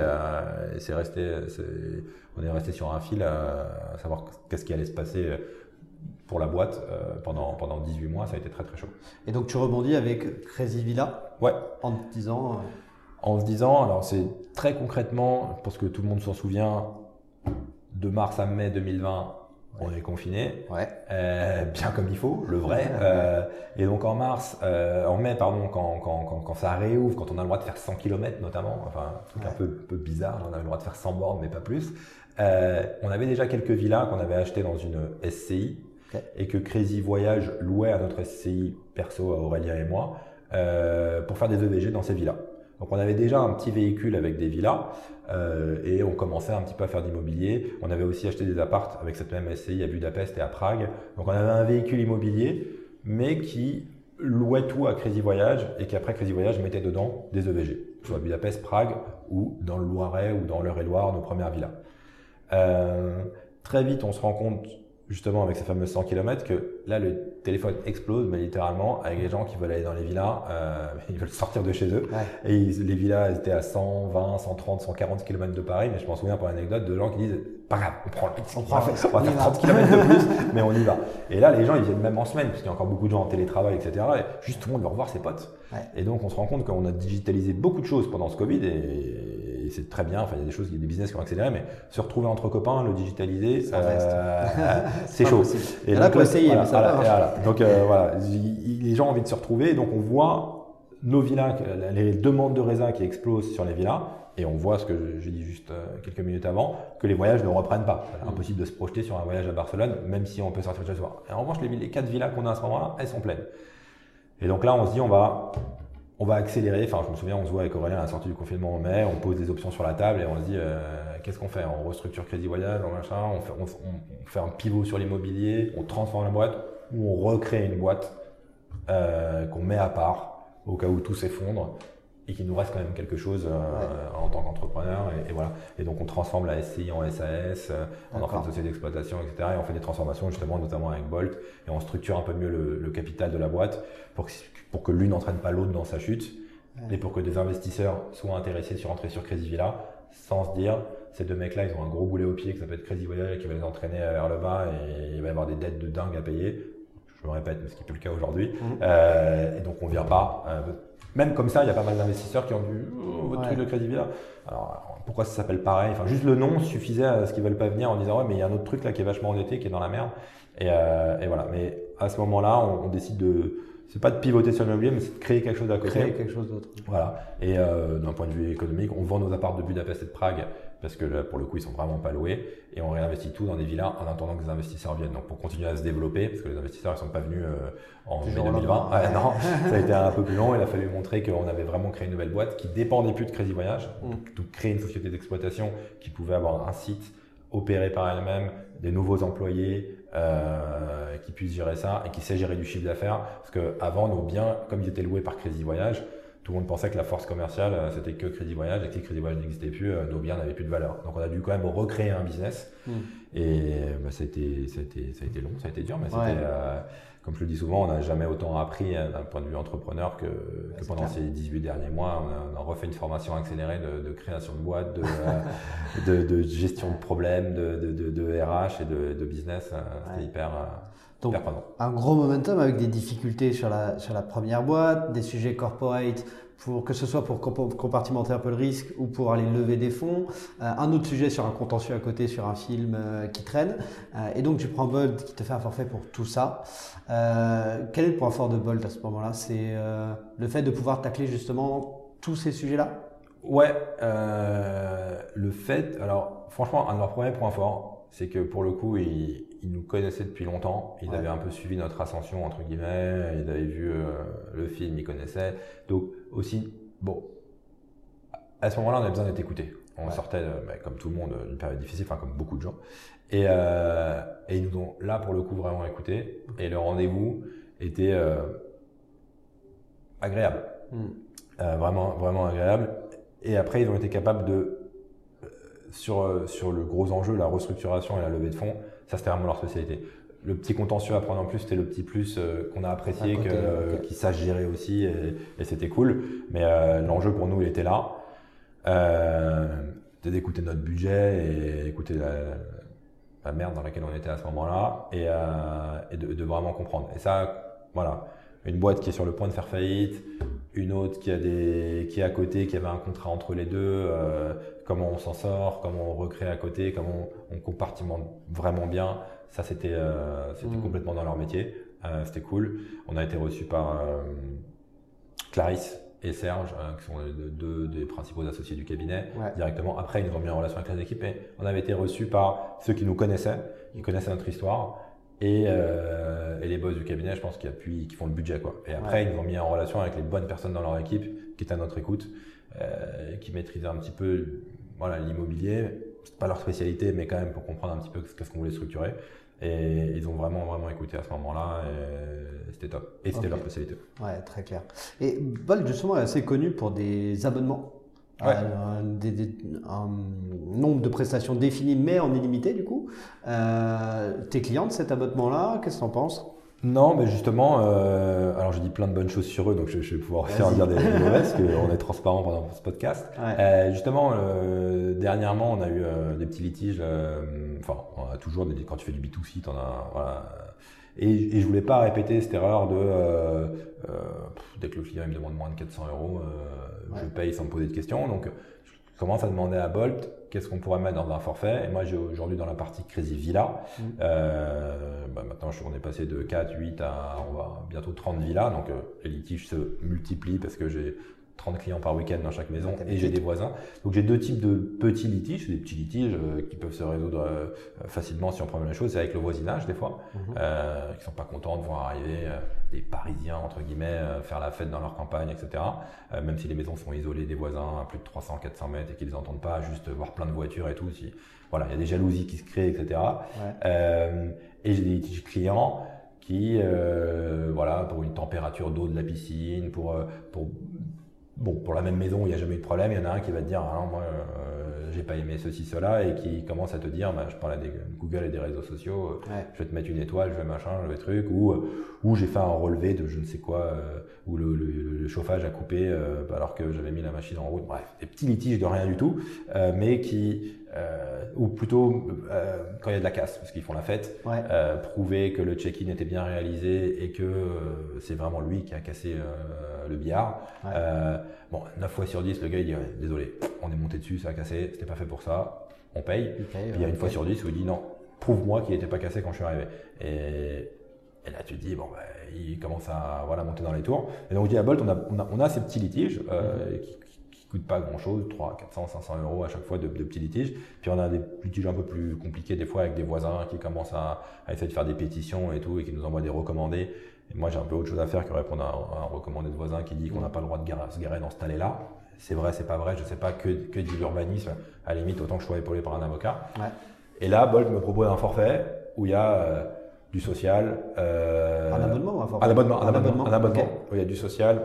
on est resté sur un fil à savoir qu'est-ce qui allait se passer pour la boîte pendant 18 mois. Ça a été très très chaud. Et donc tu rebondis avec Crazy Villa. En te disant, alors c'est très concrètement, parce que tout le monde s'en souvient, de mars à mai 2020, on est confiné, bien comme il faut, le vrai. Et donc en mai, quand ça réouvre, quand on a le droit de faire 100 km notamment, enfin un truc un peu bizarre, on avait le droit de faire 100 bornes mais pas plus. On avait déjà quelques villas qu'on avait achetées dans une SCI et que Crazy Voyage louait à notre SCI perso, à Aurélien et moi, pour faire des EVG dans ces villas. Donc on avait déjà un petit véhicule avec des villas et on commençait un petit peu à faire d'immobilier. On avait aussi acheté des apparts avec cette même SCI à Budapest et à Prague. Donc on avait un véhicule immobilier mais qui louait tout à Crazy Voyage et qu'après Crazy Voyage mettait dedans des EVG, soit à Budapest, Prague ou dans le Loiret ou dans l'Eure-et-Loire, nos premières villas. Très vite on se rend compte justement avec ces fameux 100 km que là le téléphone explose, mais littéralement avec les gens qui veulent aller dans les villas, ils veulent sortir de chez eux. Et les villas elles étaient à 120, 130, 140 km de Paris, mais je m'en souviens pour l'anecdote de gens qui disent pas grave, on prend le petit, on va faire 30 km de plus, mais on y va. Et là les gens ils viennent même en semaine, parce qu'il y a encore beaucoup de gens en télétravail, etc. Et juste tout le monde veut revoir ses potes. Et donc on se rend compte qu'on a digitalisé beaucoup de choses pendant ce Covid et c'est très bien. Enfin il y a des choses, il y a des business qui ont accéléré, mais se retrouver entre copains, le digitaliser, c'est chaud. Et là pour essayer, mais ça va. Voilà. Donc voilà, les gens ont envie de se retrouver, et donc on voit nos villas, les demandes de résa qui explosent sur les villas, et on voit ce que j'ai dit juste quelques minutes avant, que les voyages ne reprennent pas. Impossible de se projeter sur un voyage à Barcelone, même si on peut sortir de chez soi. Et en revanche, les 4 villas qu'on a à ce moment-là, elles sont pleines. Et donc là, on se dit, on va accélérer. Enfin, je me souviens, on se voit avec Aurélien à la sortie du confinement en mai, on pose des options sur la table et on se dit, qu'est-ce qu'on fait? On restructure Crédit Voyage, on fait un pivot sur l'immobilier, on transforme la boîte, ou on recrée une boîte qu'on met à part au cas où tout s'effondre et qu'il nous reste quand même quelque chose en tant qu'entrepreneur. Et voilà. Et donc, on transforme la SCI en SAS, on en fait une société d'exploitation, etc. Et on fait des transformations, justement, notamment avec Bolt. Et on structure un peu mieux le capital de la boîte pour que l'une n'entraîne pas l'autre dans sa chute et pour que des investisseurs soient intéressés sur entrer sur Crédit Villa sans se dire, ces deux mecs-là, ils ont un gros boulet au pied qui s'appelle Crédit Voyage et qui va les entraîner vers le bas et il va y avoir des dettes de dingue à payer. Je me répète, mais ce qui n'est plus le cas aujourd'hui. Et donc, on ne vient pas. Même comme ça, il y a pas mal d'investisseurs qui ont dit votre truc de Crédit Villa. Alors, pourquoi ça s'appelle pareil? Enfin, juste le nom suffisait à ce qu'ils veulent pas venir en disant ouais, mais il y a un autre truc là qui est vachement endetté, qui est dans la merde. Et voilà. Mais à ce moment-là, on décide de. C'est pas de pivoter sur l'immobilier, mais c'est de créer quelque chose à côté. Créer quelque chose d'autre. Voilà. Et d'un point de vue économique, on vend nos apparts de Budapest et de Prague parce que là, pour le coup, ils sont vraiment pas loués. Et on réinvestit tout dans des villas en attendant que les investisseurs viennent. Donc, pour continuer à se développer, parce que les investisseurs, ils sont pas venus en mai 2020. Non, ça a été un peu plus long. Il a fallu montrer qu'on avait vraiment créé une nouvelle boîte qui dépendait plus de Crédit Voyage. Donc, créer une société d'exploitation qui pouvait avoir un site opéré par elle-même, des nouveaux employés qui puissent gérer ça et qui sait gérer du chiffre d'affaires. Parce qu'avant, nos biens, comme ils étaient loués par Crédit Voyage, tout le monde pensait que la force commerciale, c'était que Crédit Voyage et que si Crédit Voyage n'existait plus, nos biens n'avaient plus de valeur. Donc, on a dû quand même recréer un business. Et ça a été long, ça a été dur, mais c'était, comme je le dis souvent, on n'a jamais autant appris d'un point de vue entrepreneur que pendant ces 18 derniers mois. On a refait une formation accélérée de création de boîte, de gestion de problèmes, de RH et de business. C'était hyper prenant. Un gros momentum avec des difficultés sur la première boîte, des sujets corporate, que ce soit pour compartimenter un peu le risque ou pour aller lever des fonds. Un autre sujet sur un contentieux à côté, sur un film qui traîne. Et donc, tu prends Bolt qui te fait un forfait pour tout ça. Quel est le point fort de Bolt à ce moment-là? C'est le fait de pouvoir tacler justement tous ces sujets-là? Ouais, le fait… Alors, franchement, un de leurs premiers points forts, c'est que pour le coup, ils nous connaissaient depuis longtemps. Ils avaient un peu suivi notre ascension, entre guillemets. Ils avaient vu le film, ils connaissaient. Donc, aussi, bon, à ce moment-là, on avait besoin d'être écoutés. On sortait, comme tout le monde, d'une période difficile, enfin, comme beaucoup de gens. Et ils nous ont, là, pour le coup, vraiment écoutés. Et le rendez-vous était agréable. Vraiment, vraiment agréable. Et après, ils ont été capables de… Sur le gros enjeu, la restructuration et la levée de fonds, ça c'était vraiment leur spécialité. Le petit contentieux à prendre en plus, c'était le petit plus qu'on a apprécié, qu'ils sachent gérer aussi et c'était cool. Mais l'enjeu pour nous, il était là. C'était d'écouter notre budget et écouter la merde dans laquelle on était à ce moment-là et de vraiment comprendre. Et ça, voilà, une boîte qui est sur le point de faire faillite, une autre qui est à côté, qui avait un contrat entre les deux, comment on s'en sort, comment on recrée à côté, comment on compartimente vraiment bien. Ça, c'était complètement dans leur métier. C'était cool. On a été reçus par Clarisse et Serge, qui sont deux des principaux associés du cabinet, directement. Après, ils nous ont mis en relation avec les équipes. Et on avait été reçus par ceux qui nous connaissaient, qui connaissaient notre histoire. Et les boss du cabinet, je pense, qui font le budget, quoi. Et après, ils nous ont mis en relation avec les bonnes personnes dans leur équipe, qui étaient à notre écoute, qui maîtrisaient un petit peu, voilà, l'immobilier. C'est pas leur spécialité, mais quand même pour comprendre un petit peu qu'est-ce qu'on voulait structurer. Et ils ont vraiment, vraiment écouté à ce moment-là. Et c'était top. Et c'était leur spécialité. Ouais, très clair. Et Bolt, justement, est assez connu pour des abonnements. Ouais. Un nombre de prestations définies mais en illimité du coup. Tes clients de cet abonnement-là, qu'est-ce que tu en penses? Non, mais justement, alors je dis plein de bonnes choses sur eux, donc je vais pouvoir faire dire des mauvaises, parce qu'on est transparent pendant ce podcast. Ouais. Justement, dernièrement, on a eu des petits litiges, on a toujours, quand tu fais du B2C, t'en as, voilà. Et je voulais pas répéter cette erreur de, dès que le client il me demande moins de 400 €, je paye sans me poser de questions. Donc, je commence à demander à Bolt, qu'est-ce qu'on pourrait mettre dans un forfait. Et moi, j'ai aujourd'hui dans la partie Crazy Villa. Maintenant, on est passé de 4, 8 à on va bientôt 30 villas. Donc, les litiges se multiplient parce que j'ai 30 clients par week-end dans chaque maison et j'ai des voisins. Donc, j'ai deux types de petits litiges. C'est des petits litiges qui peuvent se résoudre facilement si on prend la même chose. C'est avec le voisinage, des fois, qui sont pas contents de voir arriver des Parisiens, entre guillemets, faire la fête dans leur campagne, etc. Même si les maisons sont isolées des voisins à plus de 300, 400 mètres et qu'ils les entendent pas, juste voir plein de voitures et tout. Voilà, il y a des jalousies qui se créent, etc. Et j'ai des litiges clients qui, pour une température d'eau de la piscine, pour la même maison où il n'y a jamais eu de problème, il y en a un qui va te dire, moi, j'ai pas aimé ceci, cela, et qui commence à te dire, je parle à des Google et des réseaux sociaux, je vais te mettre une étoile, je vais machin, je vais truc, ou j'ai fait un relevé de je ne sais quoi, où le chauffage a coupé alors que j'avais mis la machine en route. Bref, des petits litiges de rien du tout, mais qui, ou plutôt quand il y a de la casse, parce qu'ils font la fête, prouver que le check-in était bien réalisé et que c'est vraiment lui qui a cassé le billard. 9 fois sur 10, le gars il dit désolé, on est monté dessus, ça a cassé, c'était pas fait pour ça, on paye. Puis il y a une fois sur 10 où il dit non, prouve-moi qu'il n'était pas cassé quand je suis arrivé. Et là tu te dis il commence à monter dans les tours. Et donc je dis à Bolt, on a ces petits litiges qui coûtent pas grand chose, 300, 400, 500 € à chaque fois de petits litiges. Puis on a des litiges un peu plus compliqués des fois avec des voisins qui commencent à essayer de faire des pétitions et tout et qui nous envoient des recommandés. Et moi j'ai un peu autre chose à faire que répondre à un recommandé de voisin qui dit qu'on n'a pas le droit de se garer dans cette allée-là. C'est vrai, c'est pas vrai, je sais pas que dit l'urbanisme, à la limite autant que je sois épaulé par un avocat. Et là Bolt me propose un forfait où il y a du social. Un abonnement ou un forfait? Un abonnement. Okay. Où il y a du social,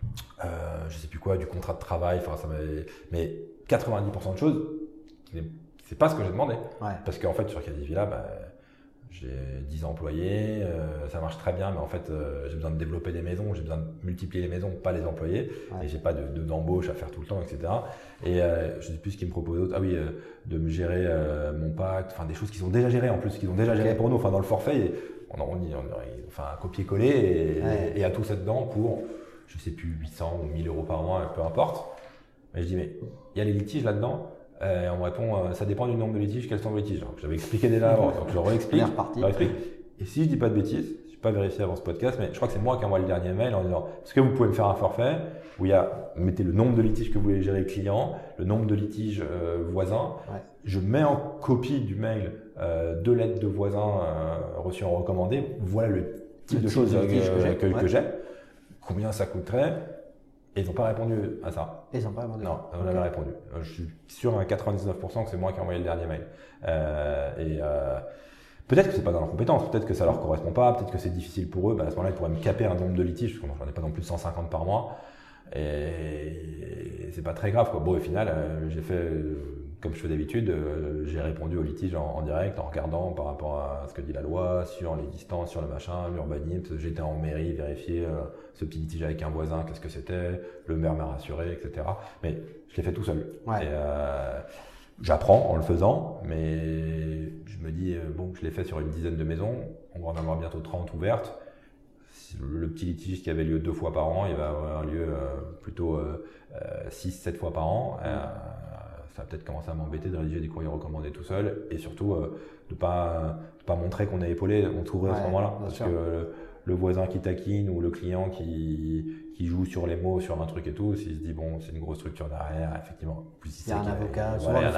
je sais plus quoi, du contrat de travail, mais 90% de choses, c'est pas ce que j'ai demandé. Parce qu'en fait sur Crazy Villa, j'ai 10 employés, ça marche très bien, mais en fait, j'ai besoin de développer des maisons, j'ai besoin de multiplier les maisons, pas les employés, et j'ai pas d'embauche à faire tout le temps, etc. Et je sais plus ce qu'ils me proposent d'autre. De me gérer mon pacte, des choses qui sont déjà gérées en plus, qu'ils ont déjà gérées pour nous. Dans le forfait, on fait un copier-coller et à tout ça dedans pour, je sais plus, 800 ou 1000 € par mois, peu importe. Mais je dis, mais il y a les litiges là-dedans. On me répond, ça dépend du nombre de litiges, quels sont vos litiges. J'avais expliqué déjà avant, donc je le réexplique. Et si je dis pas de bêtises, je n'ai pas vérifié avant ce podcast, mais je crois que c'est moi qui envoie le dernier mail en disant, est-ce que vous pouvez me faire un forfait où il y a, mettez le nombre de litiges que vous voulez gérer client, le nombre de litiges voisins. Je mets en copie du mail 2 lettres de voisins reçues en recommandé. Voilà le type de choses que j'ai. Combien ça coûterait? Et ils n'ont pas répondu à ça. Ils n'ont pas répondu? Non, on n'avait répondu. Je suis sûr à 99% que c'est moi qui ai envoyé le dernier mail. Peut-être que c'est pas dans leurs compétences, peut-être que ça leur correspond pas, peut-être que c'est difficile pour eux. À ce moment-là, ils pourraient me caper un nombre de litiges, parce que j'en ai pas non plus de 150 par mois. Et c'est pas très grave, quoi. Bon, au final, j'ai fait comme je fais d'habitude, j'ai répondu au litige en direct, en regardant par rapport à ce que dit la loi, sur les distances, sur le machin, l'urbanisme. J'étais en mairie, vérifier ce petit litige avec un voisin, qu'est-ce que c'était, le maire m'a rassuré, etc. Mais je l'ai fait tout seul. Et j'apprends en le faisant, mais je me dis, je l'ai fait sur une dizaine de maisons, on va en avoir bientôt 30 ouvertes. Le petit litige qui avait lieu 2 fois par an, il va avoir lieu plutôt 6-7 fois par an. Ça va peut-être commencer à m'embêter de rédiger des courriers recommandés tout seul et surtout de pas montrer qu'on est épaulé, on trouverait à ce moment-là. Parce que le voisin qui taquine ou le client qui joue sur les mots, sur un truc et tout, s'il se dit c'est une grosse structure derrière, effectivement. Plus il y a un avocat,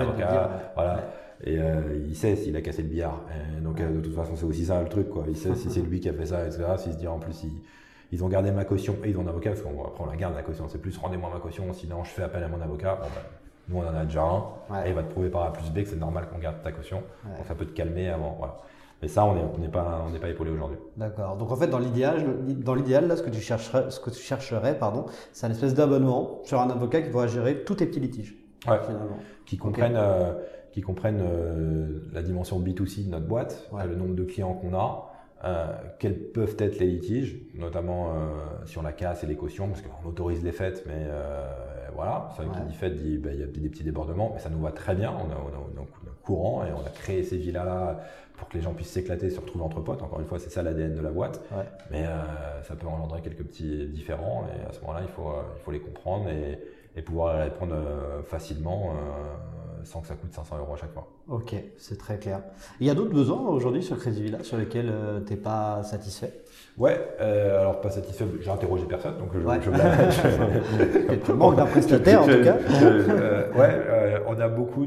et il sait s'il a cassé le billard. Et donc de toute façon c'est aussi ça le truc, quoi. Il sait si c'est lui qui a fait ça, etc. S'il se dit en plus ils ont gardé ma caution et ils ont un avocat, parce qu'après on la garde la caution, c'est plus rendez-moi ma caution, sinon je fais appel à mon avocat. Nous on en a déjà un et il va te prouver par A plus B que c'est normal qu'on garde ta caution. Donc ça peut te calmer avant. Voilà. Mais ça, on n'est pas épaulé aujourd'hui. D'accord. Donc en fait, dans l'idéal, là, ce que tu chercherais, c'est un espèce d'abonnement sur un avocat qui pourra gérer tous tes petits litiges. Ouais. Finalement. Qui comprennent la dimension B2C de notre boîte, le nombre de clients qu'on a, quels peuvent être les litiges, notamment sur la casse et les cautions, parce qu'on autorise les fêtes, mais voilà, c'est vrai qu'il dit fête, il y a des petits débordements, mais ça nous va très bien, on est courant et on a créé ces villas-là pour que les gens puissent s'éclater, se retrouver entre potes. Encore une fois, c'est ça l'ADN de la boîte, mais ça peut engendrer quelques petits différends et à ce moment-là, il faut les comprendre et pouvoir y répondre facilement sans que ça coûte 500 € à chaque fois. Ok, c'est très clair. Il y a d'autres besoins aujourd'hui sur Crazy Villa sur lesquels tu n'es pas satisfait? Ouais, alors pas satisfait, j'ai interrogé personne, donc je blâme. Tu manques d'un prestataire en tout cas. On a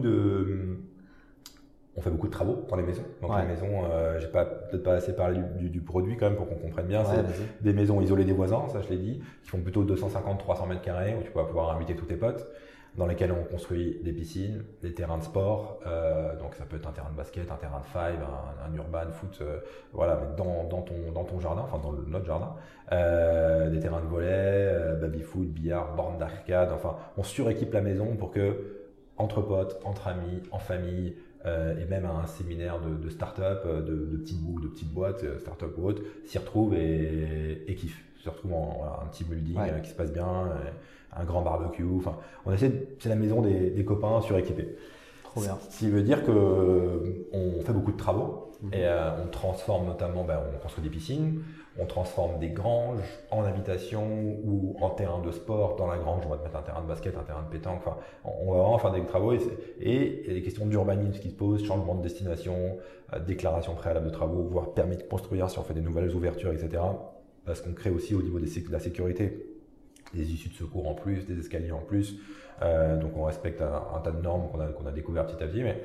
on fait beaucoup de travaux dans les maisons. Donc les maisons, j'ai peut-être pas assez parlé du produit quand même pour qu'on comprenne bien. C'est des maisons isolées des voisins, ça je l'ai dit, qui font plutôt 250-300 mètres carrés où tu vas pouvoir inviter tous tes potes, dans lesquels on construit des piscines, des terrains de sport, donc ça peut être un terrain de basket, un terrain de five, un urban foot, mais dans ton jardin, enfin dans notre jardin, des terrains de volley, baby-foot, billard, bornes d'arcade, enfin on suréquipe la maison pour que entre potes, entre amis, en famille, et même à un séminaire de start-up, de petites boîtes, start-up ou autres, s'y retrouvent et kiffent. Se retrouvent un petit building qui se passe bien, un grand barbecue. Enfin, c'est la maison des copains suréquipés. Trop bien. Ce qui veut dire qu'on fait beaucoup de travaux et on transforme notamment, on construit des piscines, on transforme des granges en habitation ou en terrain de sport. Dans la grange, on va te mettre un terrain de basket, un terrain de pétanque. Enfin, on va vraiment faire des travaux et il y a des questions d'urbanisme qui se posent, changement de destination, déclaration préalable de travaux, voire permis de construire si on fait des nouvelles ouvertures, etc. Parce qu'on crée aussi au niveau de la sécurité des issues de secours en plus, des escaliers en plus. Donc on respecte un tas de normes qu'on a découvert petit à petit, mais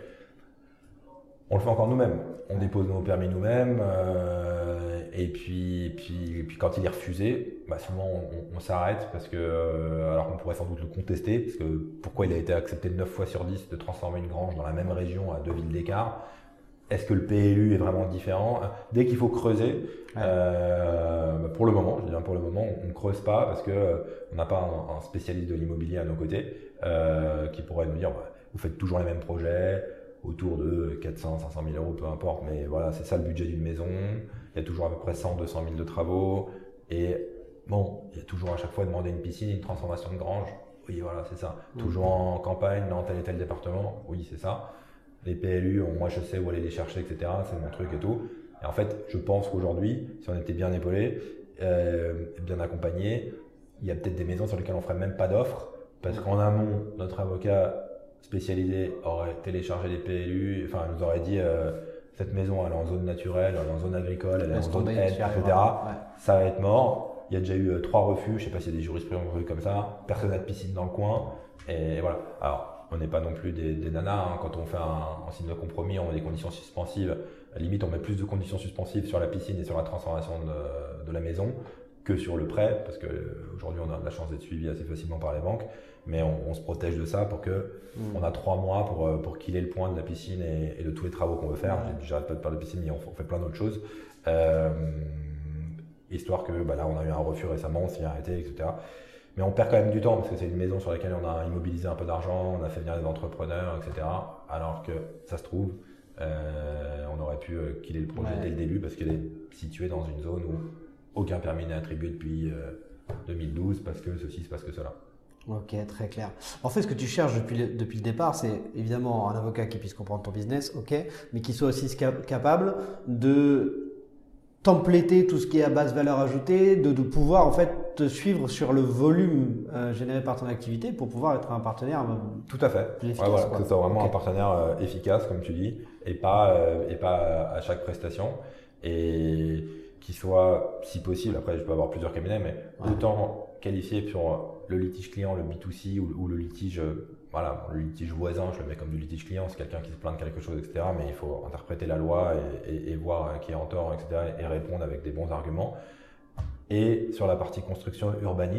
on le fait encore nous-mêmes. On dépose nos permis nous-mêmes et puis quand il est refusé, souvent on s'arrête parce que, alors qu'on pourrait sans doute le contester, parce que pourquoi il a été accepté 9 fois sur 10 de transformer une grange dans la même région à 2 villes d'écart? Est-ce que le PLU est vraiment différent? Dès qu'il faut creuser, pour le moment, on ne creuse pas parce qu'on n'a pas un spécialiste de l'immobilier à nos côtés qui pourrait nous dire vous faites toujours les mêmes projets autour de 400, 500 000 €, peu importe, mais voilà, c'est ça le budget d'une maison. Il y a toujours à peu près 100, 200 000 de travaux et il y a toujours à chaque fois demander une piscine, une transformation de grange. Oui, voilà, c'est ça. Toujours en campagne, dans tel et tel département. Oui, c'est ça. Les PLU, moi je sais où aller les chercher, etc. C'est mon truc et tout. Et en fait, je pense qu'aujourd'hui, si on était bien épaulé, bien accompagné, il y a peut-être des maisons sur lesquelles on ne ferait même pas d'offres parce qu'en amont, notre avocat spécialisé aurait téléchargé les PLU, enfin il nous aurait dit cette maison elle est en zone naturelle, elle est en zone agricole, elle est en zone aide, etc. Ça va être mort. Il y a déjà eu 3 refus, je ne sais pas s'il y a des jurisprudences comme ça, personne n'a de piscine dans le coin. Et voilà. Alors, on n'est pas non plus des nanas, quand on fait un signe de compromis, on met des conditions suspensives. À la limite, on met plus de conditions suspensives sur la piscine et sur la transformation de la maison que sur le prêt, parce qu'aujourd'hui, on a la chance d'être suivi assez facilement par les banques, mais on se protège de ça pour on a 3 mois pour qu'il ait le point de la piscine et de tous les travaux qu'on veut faire. J'arrête pas de parler de piscine, mais on fait plein d'autres choses. Histoire que là, on a eu un refus récemment, on s'y est arrêté, etc. Mais on perd quand même du temps parce que c'est une maison sur laquelle on a immobilisé un peu d'argent, on a fait venir des entrepreneurs, etc. Alors que ça se trouve, on aurait pu killer le projet dès le début parce qu'elle est située dans une zone où aucun permis n'est attribué depuis 2012 parce que ceci, parce que cela. Ok, très clair. En fait, ce que tu cherches depuis le départ, c'est évidemment un avocat qui puisse comprendre ton business, ok, mais qui soit aussi capable de templater tout ce qui est à basse valeur ajoutée, de pouvoir en fait te suivre sur le volume généré par ton activité pour pouvoir être un partenaire tout à fait. Plus efficace. Que ce soit vraiment un partenaire efficace, comme tu dis, et pas à chaque prestation, et qui soit, si possible, après je peux avoir plusieurs cabinets, mais autant qualifié sur le litige client, le B2C ou le litige, le litige voisin, je le mets comme du litige client, c'est quelqu'un qui se plaint de quelque chose, etc. Mais il faut interpréter la loi et voir qui est en tort, etc. et répondre avec des bons arguments. Et sur la partie construction, urbanisme,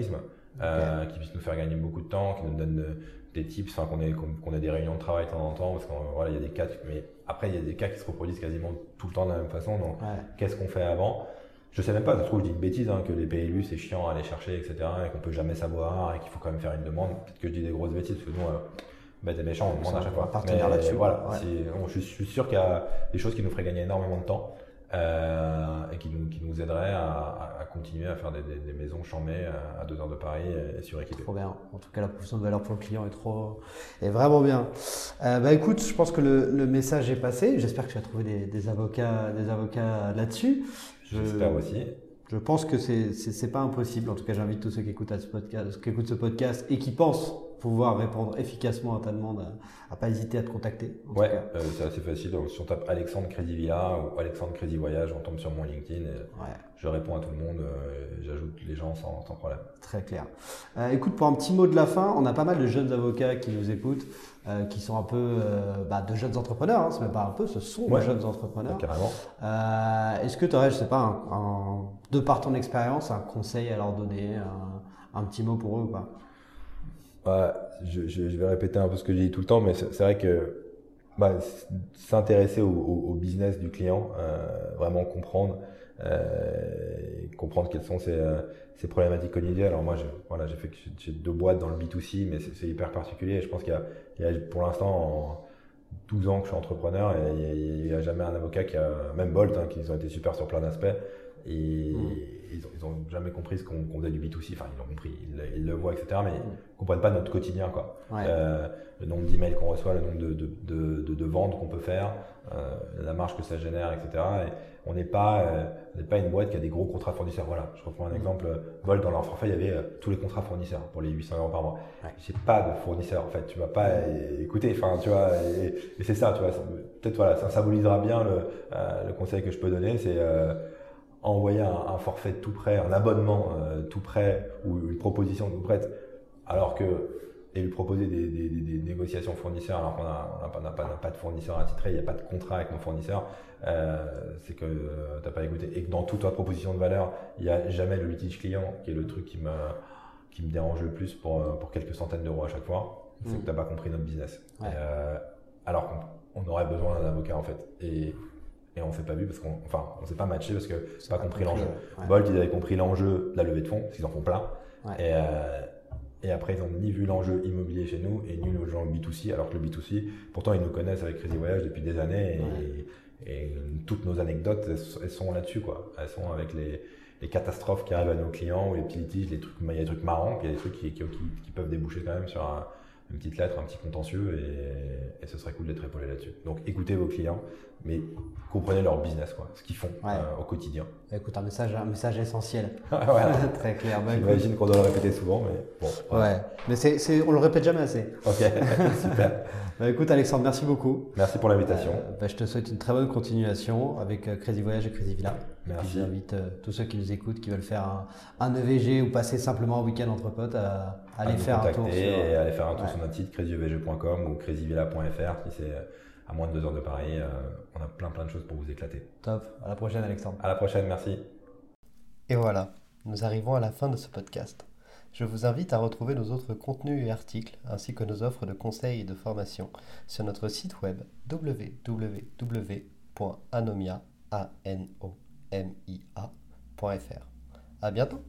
qui puisse nous faire gagner beaucoup de temps, qui nous donne des tips, qu'on ait des réunions de travail de temps en temps, parce qu'il y a des cas, mais après il y a des cas qui se reproduisent quasiment tout le temps de la même façon, donc qu'est-ce qu'on fait avant? Je sais même pas, ça se trouve, je dis une bêtise, que les PLU c'est chiant à aller chercher, etc., et qu'on peut jamais savoir, et qu'il faut quand même faire une demande. Peut-être que je dis des grosses bêtises, parce que nous, bête et méchant, on demande à chaque fois. Partenaire là-dessus. Voilà, je suis sûr qu'il y a des choses qui nous feraient gagner énormément de temps, et qui nous aideraient à continuer à faire des maisons chambées à 2 heures de Paris et suréquipées. Trop bien. En tout cas, la proposition de valeur pour le client est vraiment bien. Écoute, je pense que le message est passé. J'espère que tu as trouvé des avocats là-dessus. J'espère aussi. Je pense que c'est pas impossible. En tout cas, j'invite tous ceux qui écoutent ce podcast et qui pensent pouvoir répondre efficacement à ta demande à pas hésiter à te contacter. C'est assez facile. Si on tape Alexandre Crédit Villa ou Alexandre Crédit Voyage, on tombe sur mon LinkedIn et je réponds à tout le monde. J'ajoute les gens sans problème. Très clair. Écoute, pour un petit mot de la fin, on a pas mal de jeunes avocats qui nous écoutent, qui sont un peu de jeunes entrepreneurs. C'est même pas un peu, ce sont de jeunes entrepreneurs. Carrément. Est-ce que tu aurais, je sais pas, de par ton expérience, un conseil à leur donner, un petit mot pour eux ou pas? Je vais répéter un peu ce que j'ai dit tout le temps, mais c'est vrai que s'intéresser au business du client, vraiment comprendre quelles sont ses problématiques quotidiennes. Alors moi, j'ai 2 boîtes dans le B2C, mais c'est hyper particulier. Je pense qu'il y a pour l'instant, en 12 ans que je suis entrepreneur, et il n'y a jamais un avocat même Bolt, qui ont été super sur plein d'aspects. Et ils ont jamais compris ce qu'on faisait du B2C. Enfin, ils l'ont compris, ils le voient, etc. Mais ils comprennent pas notre quotidien, quoi. Le nombre d'emails qu'on reçoit, le nombre de ventes qu'on peut faire, la marge que ça génère, etc. Et on n'est pas une boîte qui a des gros contrats fournisseurs. Voilà, je reprends un exemple. Volt, dans leur forfait, il y avait tous les contrats fournisseurs pour les 800 € par mois. J'ai pas de fournisseur, en fait. Tu vas pas écouter. Enfin, tu vois. Et c'est ça, tu vois. Peut-être, ça symbolisera bien le conseil que je peux donner, c'est envoyer un forfait tout prêt, un abonnement tout prêt ou une proposition tout prête, et lui proposer des négociations fournisseurs alors qu'on n'a pas de fournisseur attitré, il n'y a pas de contrat avec nos fournisseurs, c'est que tu n'as pas écouté. Et que dans toute ta proposition de valeur, il n'y a jamais le litige client, qui est le truc qui me dérange le plus pour quelques centaines d'euros à chaque fois, c'est que tu n'as pas compris notre business. Alors qu'on aurait besoin d'un avocat, en fait. Et on ne s'est pas vu parce on s'est pas matché parce que c'est pas compris l'enjeu. Bolt, ils avaient compris l'enjeu de la levée de fonds, parce qu'ils en font plein. Et après, ils n'ont ni vu l'enjeu immobilier chez nous et ni le genre B2C, alors que le B2C, pourtant, ils nous connaissent avec Crédit Voyage depuis des années et toutes nos anecdotes, elles sont là-dessus, quoi. Elles sont avec les catastrophes qui arrivent à nos clients ou les petits litiges, il y a des trucs marrants, puis il y a des trucs qui peuvent déboucher quand même sur une petite lettre, un petit contentieux, et ce serait cool d'être épaulé là-dessus. Donc écoutez vos clients, mais comprenez leur business, quoi, ce qu'ils font au quotidien. Écoute, un message essentiel. Très clair. J'imagine qu'on doit le répéter souvent, mais bon. Mais on le répète jamais assez. Ok, super. Écoute Alexandre, merci beaucoup. Merci pour l'invitation. Je te souhaite une très bonne continuation avec Crédit Voyage et Crédit Villa. Merci. J'invite tous ceux qui nous écoutent, qui veulent faire un EVG ou passer simplement un week-end entre potes à aller faire un tour et aller faire un tour sur notre site créditvg.com ou créditvilla.fr si c'est à moins de 2 heures de Paris. On a plein de choses pour vous éclater. Top. À la prochaine Alexandre. À la prochaine, merci. Et voilà, nous arrivons à la fin de ce podcast. Je vous invite à retrouver nos autres contenus et articles, ainsi que nos offres de conseils et de formation sur notre site web www.anomia.fr. À bientôt.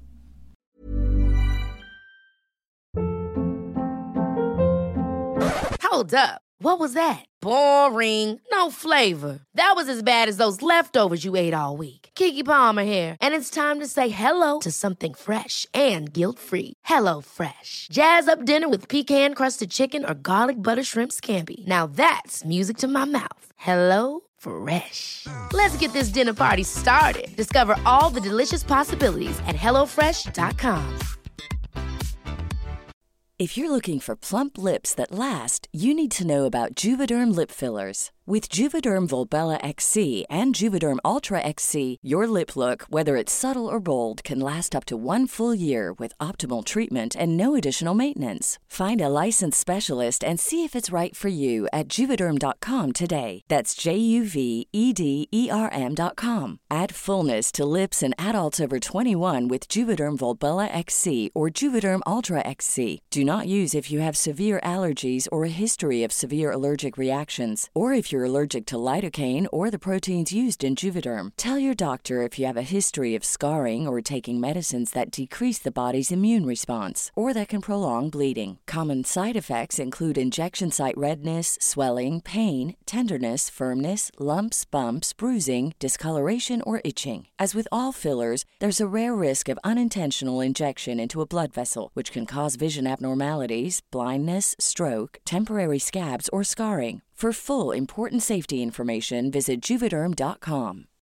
Hold up. What was that? Boring. No flavor. That was as bad as those leftovers you ate all week. Keke Palmer here, and it's time to say hello to something fresh and guilt-free. Hello Fresh. Jazz up dinner with pecan-crusted chicken or garlic butter shrimp scampi. Now that's music to my mouth. Hello Fresh. Let's get this dinner party started. Discover all the delicious possibilities at hellofresh.com. If you're looking for plump lips that last, you need to know about Juvederm lip fillers. With Juvederm Volbella XC and Juvederm Ultra XC, your lip look, whether it's subtle or bold, can last up to 1 full year with optimal treatment and no additional maintenance. Find a licensed specialist and see if it's right for you at Juvederm.com today. That's JUVEDERM.com. Add fullness to lips in adults over 21 with Juvederm Volbella XC or Juvederm Ultra XC. Do not use if you have severe allergies or a history of severe allergic reactions, or if you're allergic to lidocaine or the proteins used in Juvederm. Tell your doctor if you have a history of scarring or taking medicines that decrease the body's immune response or that can prolong bleeding. Common side effects include injection site redness, swelling, pain, tenderness, firmness, lumps, bumps, bruising, discoloration, or itching. As with all fillers, there's a rare risk of unintentional injection into a blood vessel, which can cause vision abnormalities, blindness, stroke, temporary scabs, or scarring. For full, important safety information, visit Juvederm.com.